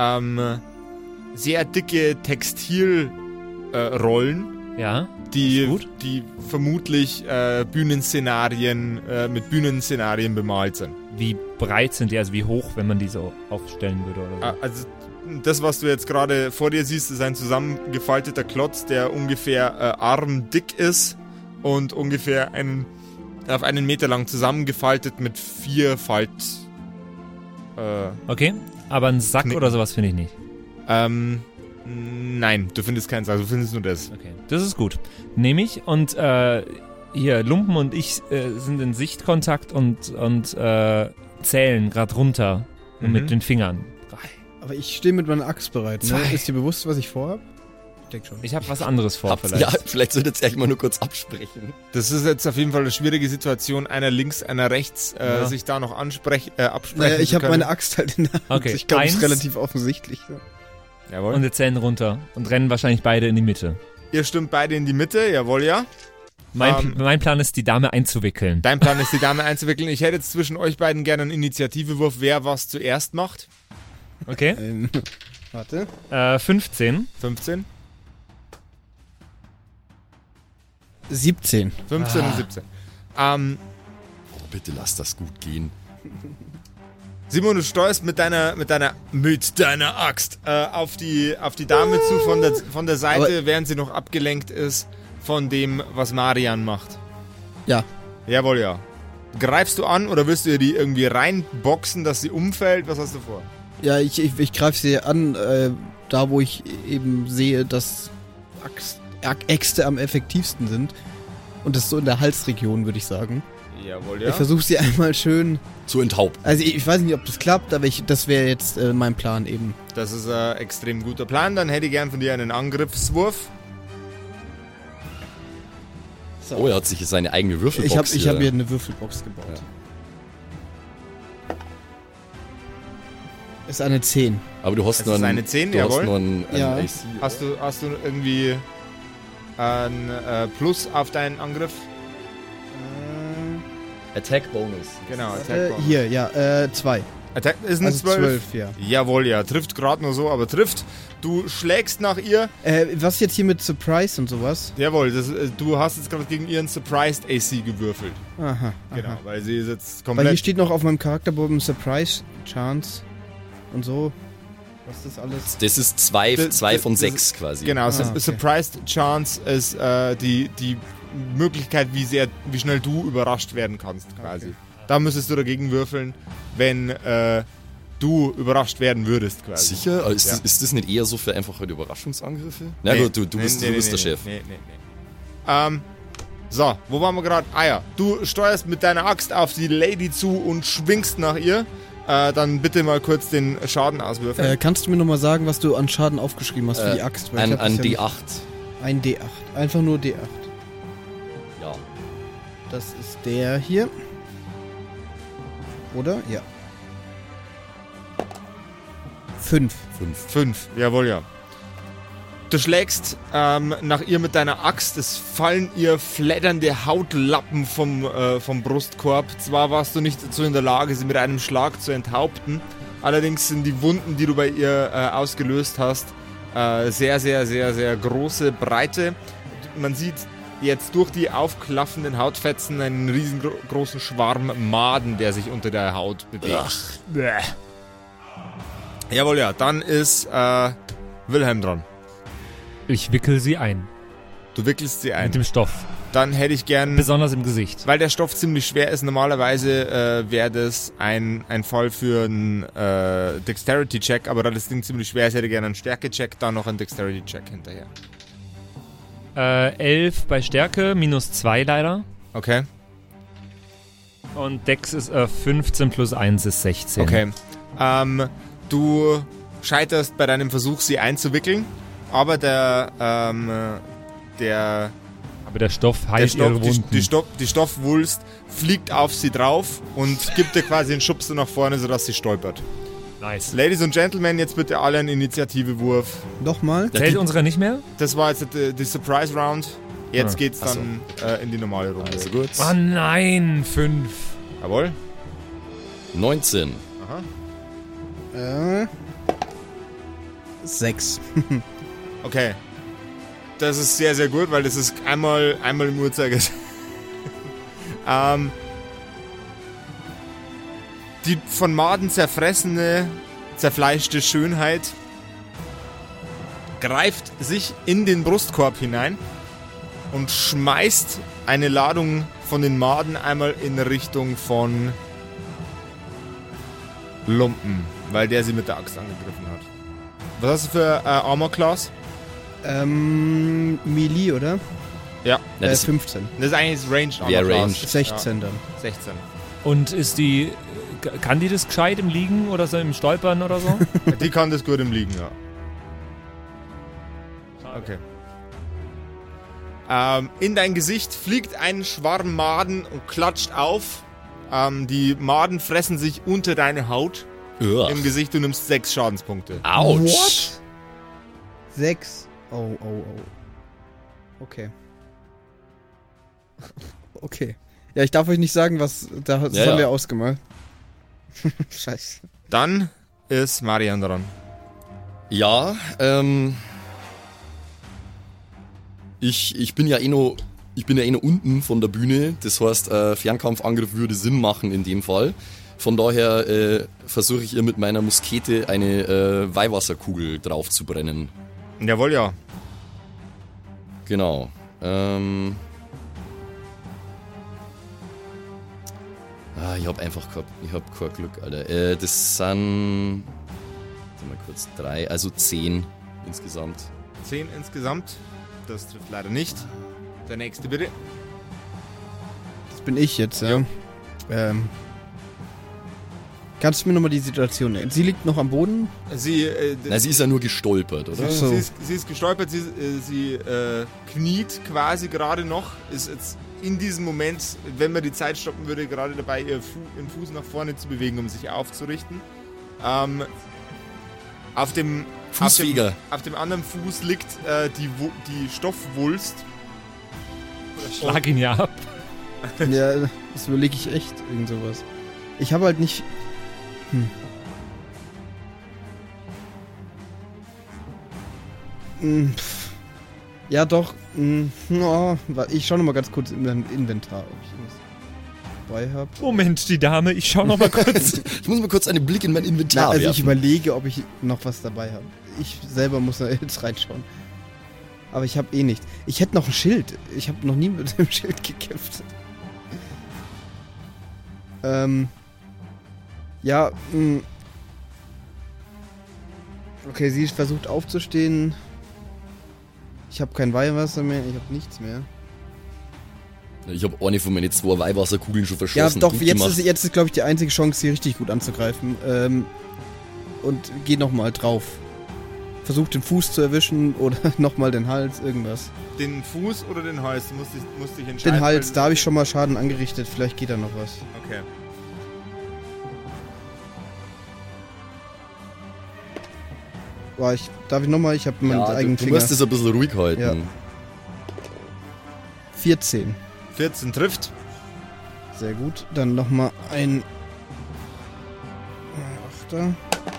sehr dicke Textilrollen, Ja. die Gut. vermutlich Bühnenszenarien mit Bühnenszenarien bemalt sind. Wie breit sind die, also wie hoch, wenn man die so aufstellen würde oder so? Also das, was du jetzt gerade vor dir siehst, ist ein zusammengefalteter Klotz, der ungefähr armdick ist und ungefähr auf einen Meter lang zusammengefaltet mit 4 Okay, aber einen Sack Knicken. oder sowas finde ich nicht. Nein, du findest keinen Sack, du findest nur das. Okay, das ist gut. Nehme ich und hier, Lumpen und ich sind in Sichtkontakt und zählen gerade runter mit den Fingern. 3. Aber ich stehe mit meiner Axt bereit. Ne? 2. Ist dir bewusst, was ich vorhab? Ich denke schon. Ich habe was anderes vor vielleicht. Ja, vielleicht solltet ihr euch mal nur kurz absprechen. Das ist jetzt auf jeden Fall eine schwierige Situation, einer links, einer rechts, sich da noch absprechen Naja, ich zu habe können. meine Axt halt in der Hand. Okay, Ich glaube, es ist 1. relativ offensichtlich. Ja. Jawohl. Und wir zählen runter und rennen wahrscheinlich beide in die Mitte. Ihr stimmt beide in die Mitte, jawohl, ja. Mein Plan ist, die Dame einzuwickeln. Dein Plan ist, die Dame einzuwickeln. Ich hätte jetzt zwischen euch beiden gerne einen Initiativewurf, wer was zuerst macht. Okay? Warte. 15. 15? 17. 15 und 17. Bitte lasst das gut gehen. Simon, du steuerst mit deiner Axt auf die Dame zu von der Seite, Aber während sie noch abgelenkt ist von dem, was Marian macht. Ja. Jawohl, ja. Greifst du an oder willst du ihr die irgendwie reinboxen, dass sie umfällt? Was hast du vor? Ja, ich greife sie an, da wo ich eben sehe, dass Äxte am effektivsten sind. Und das ist so in der Halsregion, würde ich sagen. Jawohl, ja. Ich versuche sie einmal schön... Zu enthaupten. Also ich weiß nicht, ob das klappt, aber das wäre jetzt mein Plan eben. Das ist ein extrem guter Plan. Dann hätte ich gern von dir einen Angriffswurf. So. Oh, er hat sich seine eigene Würfelbox Ich hab mir eine Würfelbox gebaut. Ja. Ist eine 10. Aber du hast Es nur ist einen, eine 10, du hast jawohl. nur einen Ja. AC. Hast du irgendwie ein Plus auf deinen Angriff? Attack Bonus. Genau, Attack Bonus. Hier, ja, 2. Attack ist eine Also 12. ja. Jawohl, ja. Trifft gerade nur so, aber trifft. Du schlägst nach ihr. Was jetzt hier mit Surprise und sowas? Jawohl, du hast jetzt gerade gegen ihren Surprised AC gewürfelt. Aha. Genau, Aha. weil sie ist jetzt Weil hier komplett... steht noch auf meinem Charakterbogen Surprise Chance und so. Was ist das alles? Das ist zwei von das 6 quasi. Genau, okay. Surprised Chance ist die Möglichkeit, wie schnell du überrascht werden kannst, quasi. Okay. Da müsstest du dagegen würfeln, wenn du überrascht werden würdest, quasi. Sicher? Ist, Ja. ist das nicht eher so für einfache Überraschungsangriffe? Na Nee. gut, du bist der Chef. Nee. So, wo waren wir gerade? Ah ja, du steuerst mit deiner Axt auf die Lady zu und schwingst nach ihr. Dann bitte mal kurz den Schaden auswürfeln. Kannst du mir nochmal sagen, was du an Schaden aufgeschrieben hast für die Axt? Weil ich hab An das ja D8. nicht- Ein D8. Einfach nur D8. Ja. Das ist der hier. Oder? Ja. 5. 5, jawohl, ja. Du schlägst nach ihr mit deiner Axt, es fallen ihr flatternde Hautlappen vom Brustkorb. Zwar warst du nicht dazu in der Lage, sie mit einem Schlag zu enthaupten, allerdings sind die Wunden, die du bei ihr ausgelöst hast, sehr, sehr, sehr, sehr große, breite. Man sieht jetzt durch die aufklaffenden Hautfetzen einen riesengroßen Schwarm Maden, der sich unter der Haut bewegt. Jawohl, ja, dann ist Wilhelm dran. Ich wickel sie ein. Du wickelst sie ein. Mit dem Stoff. Dann hätte ich gern, Besonders im Gesicht. weil der Stoff ziemlich schwer ist, normalerweise wäre das ein Fall für einen Dexterity-Check, aber da das Ding ziemlich schwer ist, hätte ich gerne einen Stärke-Check, dann noch einen Dexterity-Check hinterher. 11 bei Stärke, -2 leider. Okay, Und Dex ist 15 plus 1 ist 16. okay. Du scheiterst bei deinem Versuch, sie einzuwickeln, aber der Aber der Stoff heilt ihre Wunden. die Stoffwulst fliegt auf sie drauf und gibt dir quasi einen Schubser nach vorne, sodass sie stolpert. Nice. Ladies und Gentlemen, jetzt bitte alle einen Initiativewurf. Nochmal. Zählt unsere nicht mehr? Das war jetzt die Surprise Round. Jetzt geht's dann in die normale Runde. Also gut. Oh nein, 5. Jawohl. 19. 6. Okay. Das ist sehr, sehr gut, weil das ist einmal im Uhrzeigersinn. Die von Maden zerfressene, zerfleischte Schönheit greift sich in den Brustkorb hinein und schmeißt eine Ladung von den Maden einmal in Richtung von Lumpen, weil der sie mit der Axt angegriffen hat. Was hast du für Armor Class? Melee, oder? Ja. Ja, das 15. Das ist eigentlich das Ranged Armor Ja, Class. Ranged. 16 dann. 16. Und ist die... Kann die das gescheit im Liegen oder so im Stolpern oder so? Die kann das gut im Liegen, ja. Okay. In dein Gesicht fliegt ein Schwarm Maden und klatscht auf. Die Maden fressen sich unter deine Haut Ugh. im Gesicht. Du nimmst 6 Schadenspunkte. Autsch. What? 6. Oh. Okay. Okay. Ja, ich darf euch nicht sagen, was... Das haben wir ausgemalt. Scheiße. Dann ist Marian dran. Ja, ich bin ja eh noch unten von der Bühne, das heißt, Fernkampfangriff würde Sinn machen in dem Fall. Von daher versuche ich ihr mit meiner Muskete eine Weihwasserkugel drauf zu brennen. Jawohl, ja. Genau. Ich hab kein Glück, Alter. Das sind, mal kurz 3, also 10 insgesamt. 10 insgesamt. Das trifft leider nicht. Der nächste bitte. Das bin ich jetzt, ja. Kannst du mir nochmal die Situation nennen? Sie liegt noch am Boden? Sie ist ja nur gestolpert, oder? So. sie ist gestolpert, sie kniet quasi gerade noch, ist jetzt in diesem Moment, wenn man die Zeit stoppen würde, gerade dabei, ihren Fuß nach vorne zu bewegen, um sich aufzurichten. Auf dem anderen Fuß liegt die Stoffwulst. Schlag ihn ja ab. Ja, das überlege ich echt, irgend sowas. Ich habe halt nicht... Ja, doch. Ich schaue nochmal ganz kurz in meinem Inventar, ob ich irgendwas dabei habe. Moment, die Dame, ich schau noch mal kurz. Ich muss mal kurz einen Blick in mein Inventar Also werfen. ich überlege, ob ich noch was dabei habe. Ich selber muss da jetzt reinschauen. Aber ich habe eh nicht. Ich hätte noch ein Schild. Ich habe noch nie mit dem Schild gekämpft. Ja, okay, sie versucht aufzustehen. Ich habe kein Weihwasser mehr, ich habe nichts mehr. Ich habe eine von meinen 2 Weihwasserkugeln schon Ja, verschossen. doch, Gut jetzt gemacht. ist glaube ich, die einzige Chance, sie richtig gut anzugreifen. Und geh nochmal drauf. versuche den Fuß zu erwischen oder nochmal den Hals, irgendwas. Den Fuß oder den Hals? Du musst dich entscheiden. Den Hals, da habe ich schon mal Schaden angerichtet, vielleicht geht da noch was. Okay. Darf ich nochmal? Ich habe meinen eigenen du Finger. Du musst es ein bisschen ruhig halten. Ja. 14. 14 trifft. Sehr gut. Dann nochmal ein... Achter.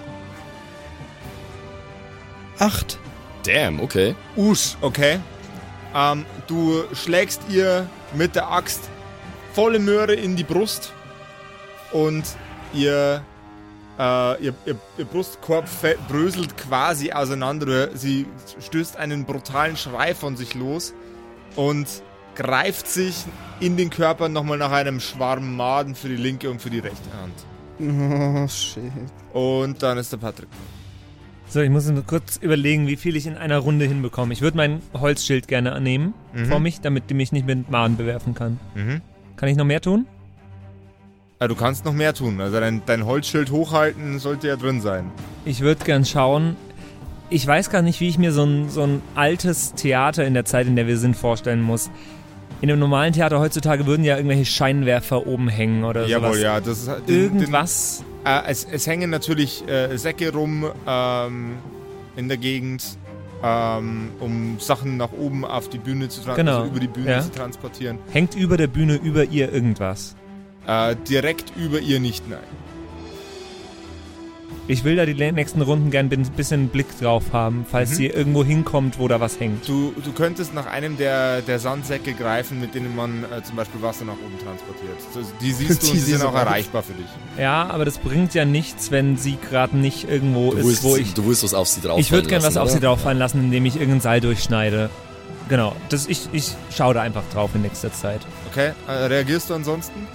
8. Damn, okay. Okay. Du schlägst ihr mit der Axt volle Möhre in die Brust und ihr Brustkorb bröselt quasi auseinander. Sie stößt einen brutalen Schrei von sich los und greift sich in den Körper nochmal nach einem Schwarm Maden für die linke und für die rechte Hand. Oh, shit. Und dann ist der Patrick. So, ich muss nur kurz überlegen, wie viel ich in einer Runde hinbekomme. Ich würde mein Holzschild gerne annehmen vor mich, damit die mich nicht mit Maden bewerfen kann. Kann ich noch mehr tun? Du kannst noch mehr tun. Also dein Holzschild hochhalten sollte ja drin sein. Ich würde gern schauen. Ich weiß gar nicht, wie ich mir so ein altes Theater in der Zeit, in der wir sind, vorstellen muss. In einem normalen Theater heutzutage würden ja irgendwelche Scheinwerfer oben hängen oder sowas. Jawohl, ja. Das ist irgendwas. Es hängen natürlich Säcke rum in der Gegend, um Sachen nach oben auf die Bühne zu Genau. also über die Bühne zu transportieren. Hängt über der Bühne über ihr irgendwas? Direkt über ihr nicht, nein. Ich will da die nächsten Runden gern ein bisschen Blick drauf haben, falls sie irgendwo hinkommt, wo da was hängt. Du könntest nach einem der Sandsäcke greifen, mit denen man zum Beispiel Wasser nach oben transportiert. Die siehst du und die sind auch erreichbar für dich. Ja, aber das bringt ja nichts, wenn sie gerade nicht irgendwo ist, wo ich... Du willst was auf sie drauf fallen Ich würde gern was auf oder? sie drauf fallen lassen, indem ich irgendein Seil durchschneide. Genau, ich schaue da einfach drauf in nächster Zeit. Okay, reagierst du ansonsten?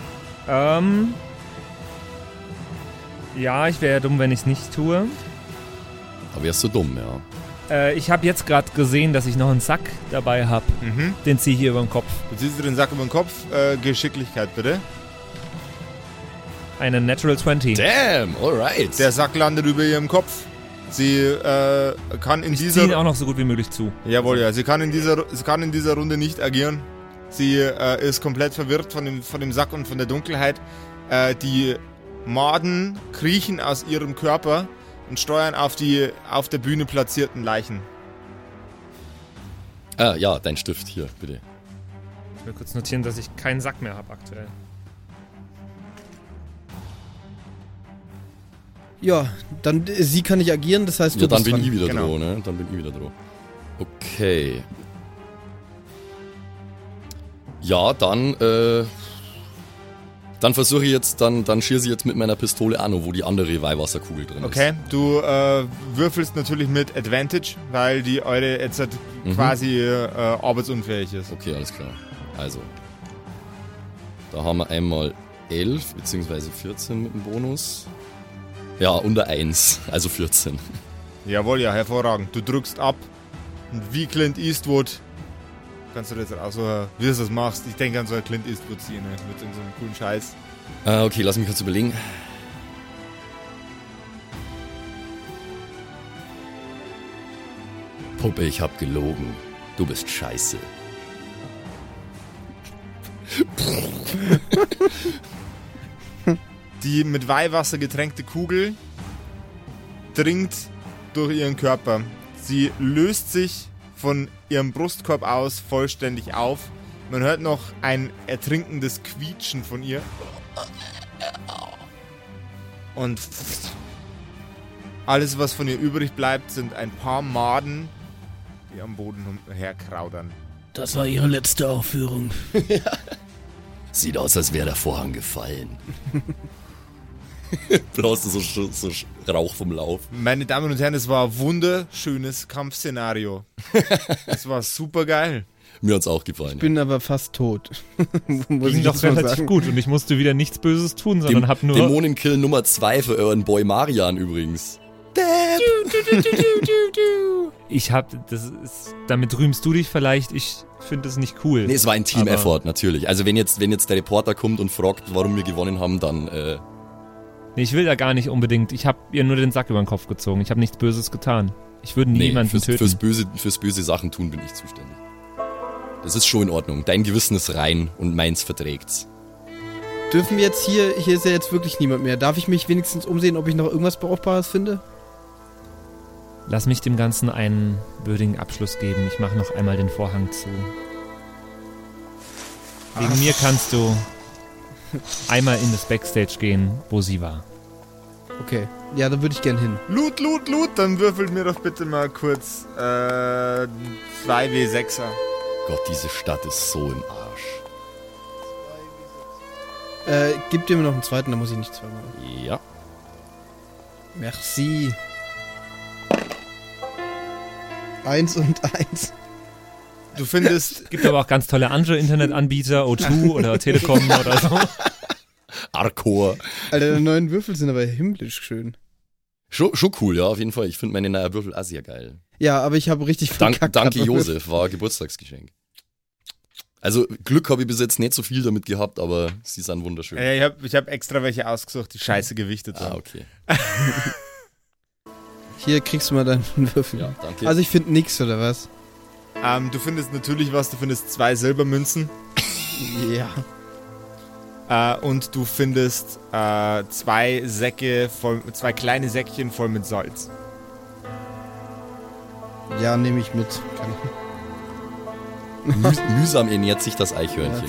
Ja, ich wäre ja dumm, wenn ich es nicht tue. Da wärst du dumm, ja. Ich habe jetzt gerade gesehen, dass ich noch einen Sack dabei habe. Den ziehe ich hier über den Kopf. Du ziehst dir den Sack über den Kopf. Geschicklichkeit bitte. Eine Natural 20. Damn, alright. Der Sack landet über ihrem Kopf. Sie kann in Ich dieser... ziehe ihn auch noch so gut wie möglich zu. Jawohl, ja. Sie kann in dieser Runde nicht agieren. Sie ist komplett verwirrt von dem Sack und von der Dunkelheit. Die Maden kriechen aus ihrem Körper und steuern auf die auf der Bühne platzierten Leichen. Ja, dein Stift hier, bitte. Ich will kurz notieren, dass ich keinen Sack mehr habe aktuell. Ja, dann sie kann nicht agieren, das heißt, Ja, du dann bist bin dran. ich wieder Genau. dran, ne? Dann bin ich wieder dran. Okay. Ja, dann versuche ich jetzt, dann schieße ich jetzt mit meiner Pistole an, wo die andere Weihwasserkugel drin ist. Okay, du würfelst natürlich mit Advantage, weil die eure jetzt halt quasi arbeitsunfähig ist. Okay, alles klar. Also, da haben wir einmal 11 bzw. 14 mit dem Bonus. Ja, unter 1, also 14. Jawohl, ja, hervorragend. Du drückst ab und wie Clint Eastwood kannst du das auch so, wie du das machst. Ich denke an so eine Clint Eastwood-Szene mit so einem coolen Scheiß. Okay, lass mich kurz überlegen. Puppe, ich hab gelogen. Du bist scheiße. Die mit Weihwasser getränkte Kugel dringt durch ihren Körper. Sie löst sich von ihrem Brustkorb aus vollständig auf. Man hört noch ein ertrinkendes Quietschen von ihr. Und alles, was von ihr übrig bleibt, sind ein paar Maden, die am Boden herkraudern. Das war ihre letzte Aufführung. Sieht aus, als wäre der Vorhang gefallen. Brauchst du so Rauch vom Lauf. Meine Damen und Herren, es war ein wunderschönes Kampfszenario. Es war super geil. Mir hat's auch gefallen. Ich bin aber fast tot. Muss Ging ich doch jetzt mal relativ sagen. gut und ich musste wieder nichts Böses tun, sondern hab nur... Dämonenkill Nummer 2 für euren Boy Marian übrigens. Damit rühmst du dich vielleicht, ich finde es nicht cool. Nee, es war ein Aber- Team-Effort, natürlich. Also wenn jetzt der Reporter kommt und fragt, warum wir gewonnen haben, dann Nee, ich will da gar nicht unbedingt. Ich habe ihr nur den Sack über den Kopf gezogen. Ich habe nichts Böses getan. Ich würde niemanden töten. Fürs böse Sachen tun bin ich zuständig. Das ist schon in Ordnung. Dein Gewissen ist rein und meins verträgt's. Dürfen wir jetzt hier ist ja jetzt wirklich niemand mehr. Darf ich mich wenigstens umsehen, ob ich noch irgendwas Brauchbares finde? Lass mich dem Ganzen einen würdigen Abschluss geben. Ich mache noch einmal den Vorhang zu. Wegen mir kannst du einmal in das Backstage gehen, wo sie war. Okay, ja, da würde ich gern hin. Loot, dann würfelt mir doch bitte mal kurz 2W6er. Gott, diese Stadt ist so im Arsch. Gib dir mir noch einen zweiten, dann muss ich nicht zweimal. Ja. Merci. 1 und 1. Du findest... Gibt aber auch ganz tolle andere Internetanbieter, O2 oder Telekom oder so. Arcor. Alter, die neuen Würfel sind aber himmlisch schön. Schon cool, ja, auf jeden Fall. Ich finde meine neuen Würfel auch sehr geil. Ja, aber ich habe richtig verkackt. Danke Josef, war ein Geburtstagsgeschenk. Also Glück habe ich bis jetzt nicht so viel damit gehabt, aber sie sind wunderschön. Ich hab extra welche ausgesucht, die scheiße gewichtet sind. Okay. Hier kriegst du mal deinen Würfel. Ja, danke. Also ich finde nix, oder was? Du findest natürlich was, du findest 2 Silbermünzen. Ja. Und du findest 2 kleine Säckchen voll mit Salz. Ja, nehme ich mit. Mühsam ernährt sich das Eichhörnchen.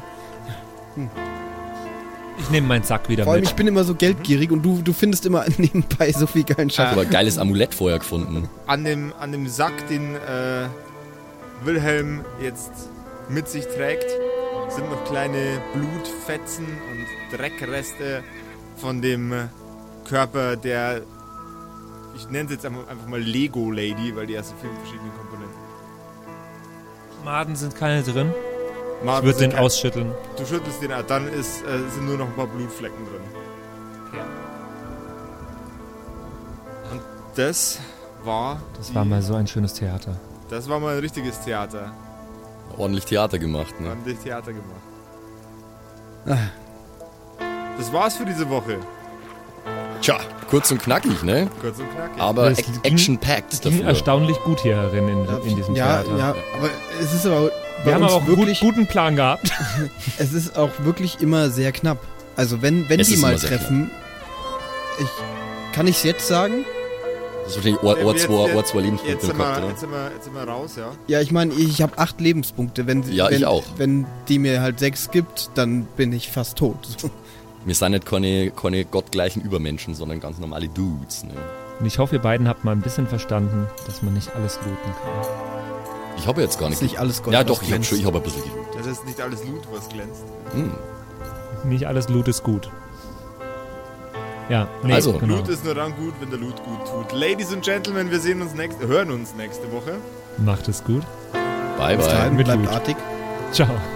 Ich nehme meinen Sack wieder Vor allem, mit. ich bin immer so geldgierig und du findest immer nebenbei so viel geilen Ich habe Scheiß. aber ein geiles Amulett vorher gefunden. An dem Sack, den Wilhelm jetzt mit sich trägt, sind noch kleine Blutfetzen und Dreckreste von dem Körper der, ich nenne es jetzt einfach mal Lego Lady, weil die hat so viele verschiedene Komponenten. Maden sind keine drin. Martin, Ich würde den ausschütteln. Du schüttelst den, dann sind nur noch ein paar Blutflecken drin. Ja. Und das war mal so ein schönes Theater. Das war mal ein richtiges Theater. Ordentlich Theater gemacht, ne? Ordentlich Theater gemacht. Ah. Das war's für diese Woche. Tja, kurz und knackig, ne? Kurz und knackig. Aber Das ging- action-packed Ging dafür. erstaunlich gut hier herin in diesem Ja, Theater. ja, aber es ist aber bei Wir haben uns aber auch wirklich, guten Plan gehabt. es ist auch wirklich immer sehr knapp. Also wenn Es die ist mal immer sehr treffen, kann ich es jetzt sagen? Das ist wahrscheinlich Ort 2 Lebenspunkte Jetzt sind gehabt, wir, oder? jetzt sind wir raus, ja. Ja, ich meine, ich habe 8 Lebenspunkte. Ja, ich auch. Wenn die mir halt 6 gibt, dann bin ich fast tot. Wir sind nicht keine gottgleichen Übermenschen, sondern ganz normale Dudes, ne? Und ich hoffe, ihr beiden habt mal ein bisschen verstanden, dass man nicht alles looten kann. Ich habe jetzt gar Ist nicht... nicht alles Gold, Ja was doch, ich glänzt. habe ein bisschen gelootet. Das ist nicht alles Loot, was glänzt. Nicht alles Loot ist gut. Ja, nee, Also, genau. Loot ist nur dann gut, wenn der Loot gut tut. Ladies and Gentlemen, wir hören uns nächste Woche. Macht es gut. Bye, Bis bye. dahin, Mit bleibt Loot. artig. Ciao. Ciao, ciao.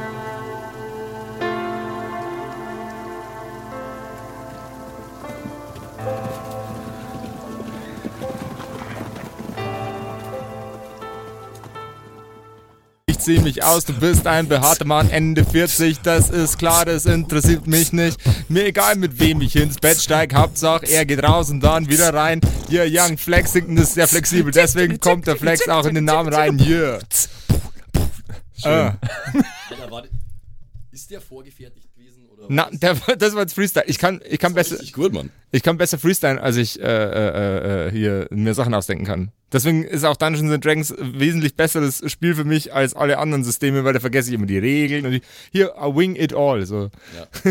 Ich zieh mich aus, du bist ein behaarter Mann, Ende 40, das ist klar, das interessiert mich nicht. Mir egal, mit wem ich ins Bett steig, Hauptsache er geht raus und dann wieder rein. Yeah, Young Flexington ist sehr flexibel, deswegen kommt der Flex auch in den Namen rein. Yeah. Alter, warte. Ist der vorgefertigt gewesen? Oder Na, das war jetzt Freestyle. Ich kann besser, richtig gut, Mann. ich kann besser freestylen, als ich hier mir Sachen ausdenken kann. Deswegen ist auch Dungeons and Dragons ein wesentlich besseres Spiel für mich als alle anderen Systeme, weil da vergesse ich immer die Regeln und hier, I wing it all. So. Ja.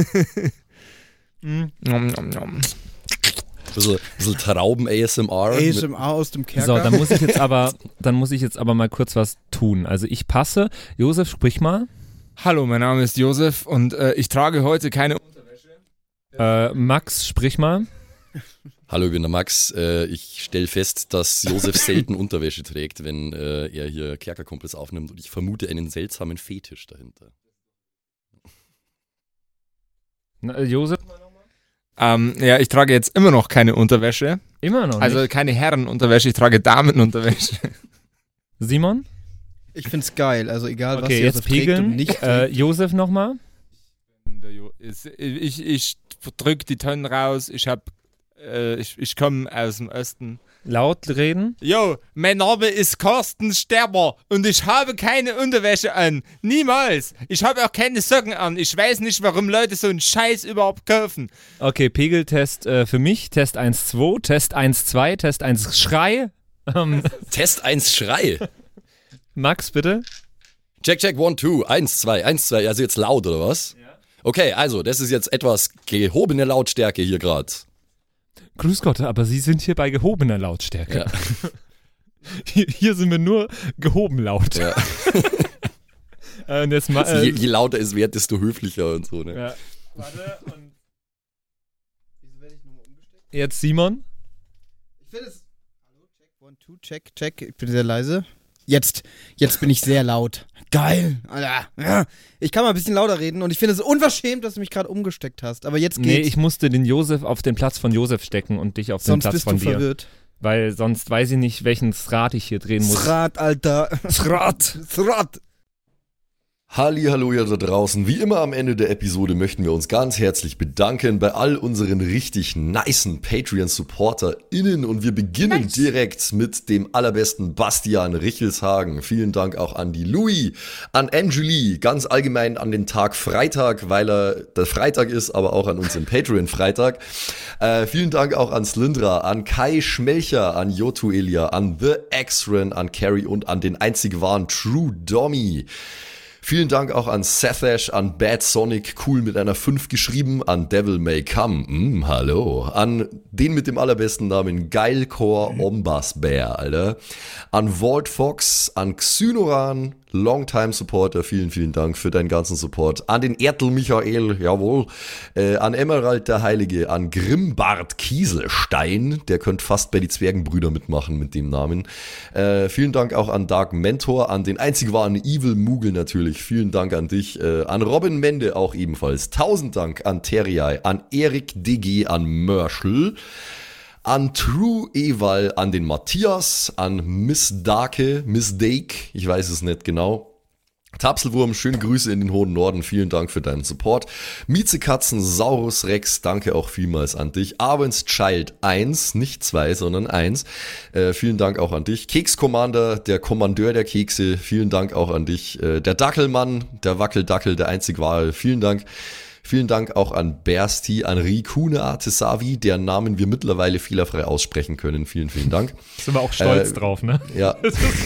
Nom, nom, nom. Bisschen Trauben-ASMR. ASMR aus dem Kerker. So, dann muss ich jetzt aber mal kurz was tun. Also ich passe. Josef, sprich mal. Hallo, mein Name ist Josef und ich trage heute keine Unterwäsche. Max, sprich mal. Hallo, ich bin der Max. Ich stelle fest, dass Josef selten Unterwäsche trägt, wenn er hier Kerkerkumpels aufnimmt und ich vermute einen seltsamen Fetisch dahinter. Na, Josef? Ja, ich trage jetzt immer noch keine Unterwäsche. Immer noch nicht. Also keine Herrenunterwäsche, ich trage Damenunterwäsche. Simon? Ich find's geil, also egal was Okay, Josef jetzt trägt und pegeln. nicht. Josef nochmal. Ich drück die Tonnen raus, ich komme aus dem Osten. Laut reden? Jo, mein Name ist Carsten Sterber und ich habe keine Unterwäsche an. Niemals. Ich habe auch keine Socken an. Ich weiß nicht, warum Leute so einen Scheiß überhaupt kaufen. Okay, Pegeltest für mich. Test 1, 2, Test 1, 2, Test 1, Schrei. Test 1, Schrei. Max, bitte. Check, 1, 2, 1, 2, 1, 2. Also jetzt laut, oder was? Ja. Okay, also das ist jetzt etwas gehobene Lautstärke hier gerade. Grüß Gott, aber Sie sind hier bei gehobener Lautstärke. Ja. Hier sind wir nur gehoben laut. Ja. Und jetzt also je lauter es wird, desto höflicher und so. Ne? Ja. Warte, und wieso werde ich nochmal umgesteckt? Jetzt Simon. Ich finde es... Hallo, check, 1, 2, check. Ich bin sehr leise. Jetzt bin ich sehr laut. Geil. Alter. Ja. Ich kann mal ein bisschen lauter reden und ich finde es unverschämt, dass du mich gerade umgesteckt hast. Aber jetzt geht's. Nee, ich musste den Josef auf den Platz von Josef stecken und dich auf den Platz von dir. Sonst bist du verwirrt. Weil sonst weiß ich nicht, welchen Rad ich hier drehen muss. Rad, Alter. Rad. Hallihallo ihr da draußen. Wie immer am Ende der Episode möchten wir uns ganz herzlich bedanken bei all unseren richtig nicen Patreon-SupporterInnen und wir beginnen direkt mit dem allerbesten Bastian Richelshagen. Vielen Dank auch an die Louis, an Angeli, ganz allgemein an den Tag Freitag, weil er der Freitag ist, aber auch an uns im Patreon-Freitag. Vielen Dank auch an Slindra, an Kai Schmelcher, an Jotu Elia, an The X-Ren, an Carrie und an den einzig wahren True Dommy. Vielen Dank auch an Sethash, an Bad Sonic, cool mit einer 5 geschrieben, an Devil May Come, hallo, an den mit dem allerbesten Namen Geilcore Ombas Bear, Alter, an Vault Fox, an Xynoran, Longtime Supporter, vielen Dank für deinen ganzen Support, an den Ertel Michael, jawohl, an Emerald der Heilige, an Grimbart Kieselstein, der könnte fast bei die Zwergenbrüder mitmachen mit dem Namen, vielen Dank auch an Dark Mentor, an den einzig wahren Evil Moogle natürlich, vielen Dank an dich, an Robin Mende auch ebenfalls, 1000 Dank an Terjai, an Erik DG, an Mörschel, an True Eval, an den Matthias, an Miss Dake, ich weiß es nicht genau. Tapselwurm, schöne Grüße in den hohen Norden, vielen Dank für deinen Support. Miezekatzen, Saurus Rex, danke auch vielmals an dich. Arwen's Child 1, nicht 2, sondern 1, vielen Dank auch an dich. Keks Commander, der Kommandeur der Kekse, vielen Dank auch an dich. Der Dackelmann, der Wackeldackel, der einzig wahre, vielen Dank. Vielen Dank auch an Bersti, an Rikune Artesavi, deren Namen wir mittlerweile fehlerfrei aussprechen können. Vielen Dank. Sind wir auch stolz drauf, ne? Ja.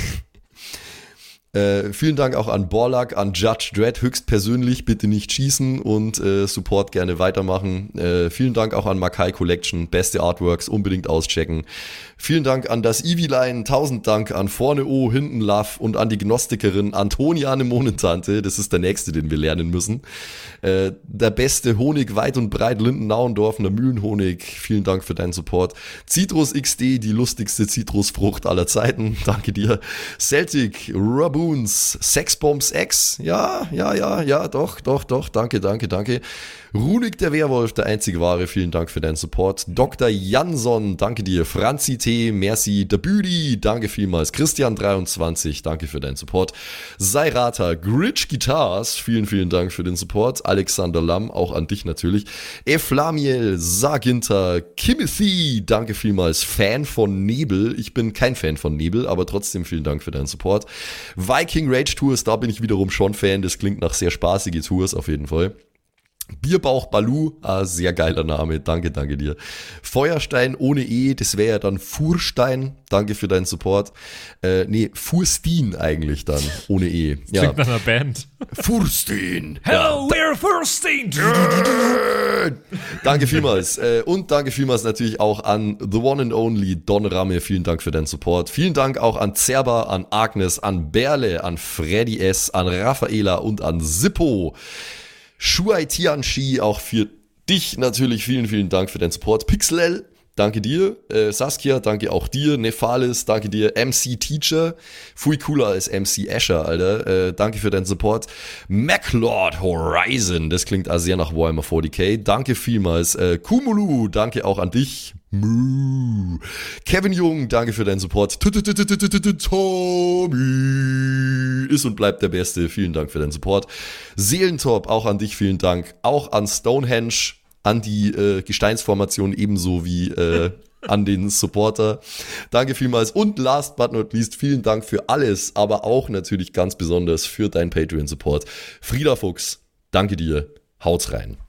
Vielen Dank auch an Borlak, an Judge Dredd, höchstpersönlich, bitte nicht schießen und Support gerne weitermachen. Vielen Dank auch an Makai Collection, beste Artworks, unbedingt auschecken. Vielen Dank an das Eviline, 1000 Dank an Vorne O, Hinten Love und an die Gnostikerin Antoniane Monentante, das ist der nächste, den wir lernen müssen. Der beste Honig weit und breit, Linden-Nauendorfener Mühlenhonig, vielen Dank für deinen Support. Citrus XD, die lustigste Zitrusfrucht aller Zeiten, danke dir. Celtic, Raboons, Sexbombs X, ja, doch, danke. Runik der Werwolf, der einzige wahre, vielen Dank für deinen Support. Dr. Jansson, danke dir. Franzi T, merci. Der Büdi, danke vielmals. Christian23, danke für deinen Support. Sairata, Gritch Guitars, vielen Dank für den Support. Alexander Lamm, auch an dich natürlich. Eflamiel, Saginter, Kimothy, danke vielmals. Fan von Nebel, ich bin kein Fan von Nebel, aber trotzdem vielen Dank für deinen Support. Viking Rage Tours, da bin ich wiederum schon Fan, das klingt nach sehr spaßige Tours auf jeden Fall. Bierbauch Balu, sehr geiler Name, danke dir. Feuerstein ohne E, das wäre ja dann Furstein, danke für deinen Support. Furstin eigentlich dann, ohne E. Ja. Klingt nach einer Band. Furstin. Hello, we're Furstin. Danke vielmals. Und danke vielmals natürlich auch an The One and Only Don Ramme, vielen Dank für deinen Support. Vielen Dank auch an Zerba, an Agnes, an Berle, an Freddy S., an Raffaela und an Sippo. Shuai Tianchi, auch für dich natürlich vielen Dank für deinen Support. Pixel, danke dir. Saskia, danke auch dir. Nephalis, danke dir. MC Teacher, viel cooler als MC Asher, Alter. Danke für deinen Support. MacLord Horizon, das klingt also sehr nach Warhammer 40k. Danke vielmals. Kumulu, danke auch an dich. Kevin Jung, danke für deinen Support. Tommy ist und bleibt der Beste. Vielen Dank für deinen Support. Seelentop, auch an dich vielen Dank. Auch an Stonehenge, an die Gesteinsformation ebenso wie an den Supporter. Danke vielmals und last but not least, vielen Dank für alles, aber auch natürlich ganz besonders für deinen Patreon-Support. Frieda Fuchs, danke dir, haut's rein.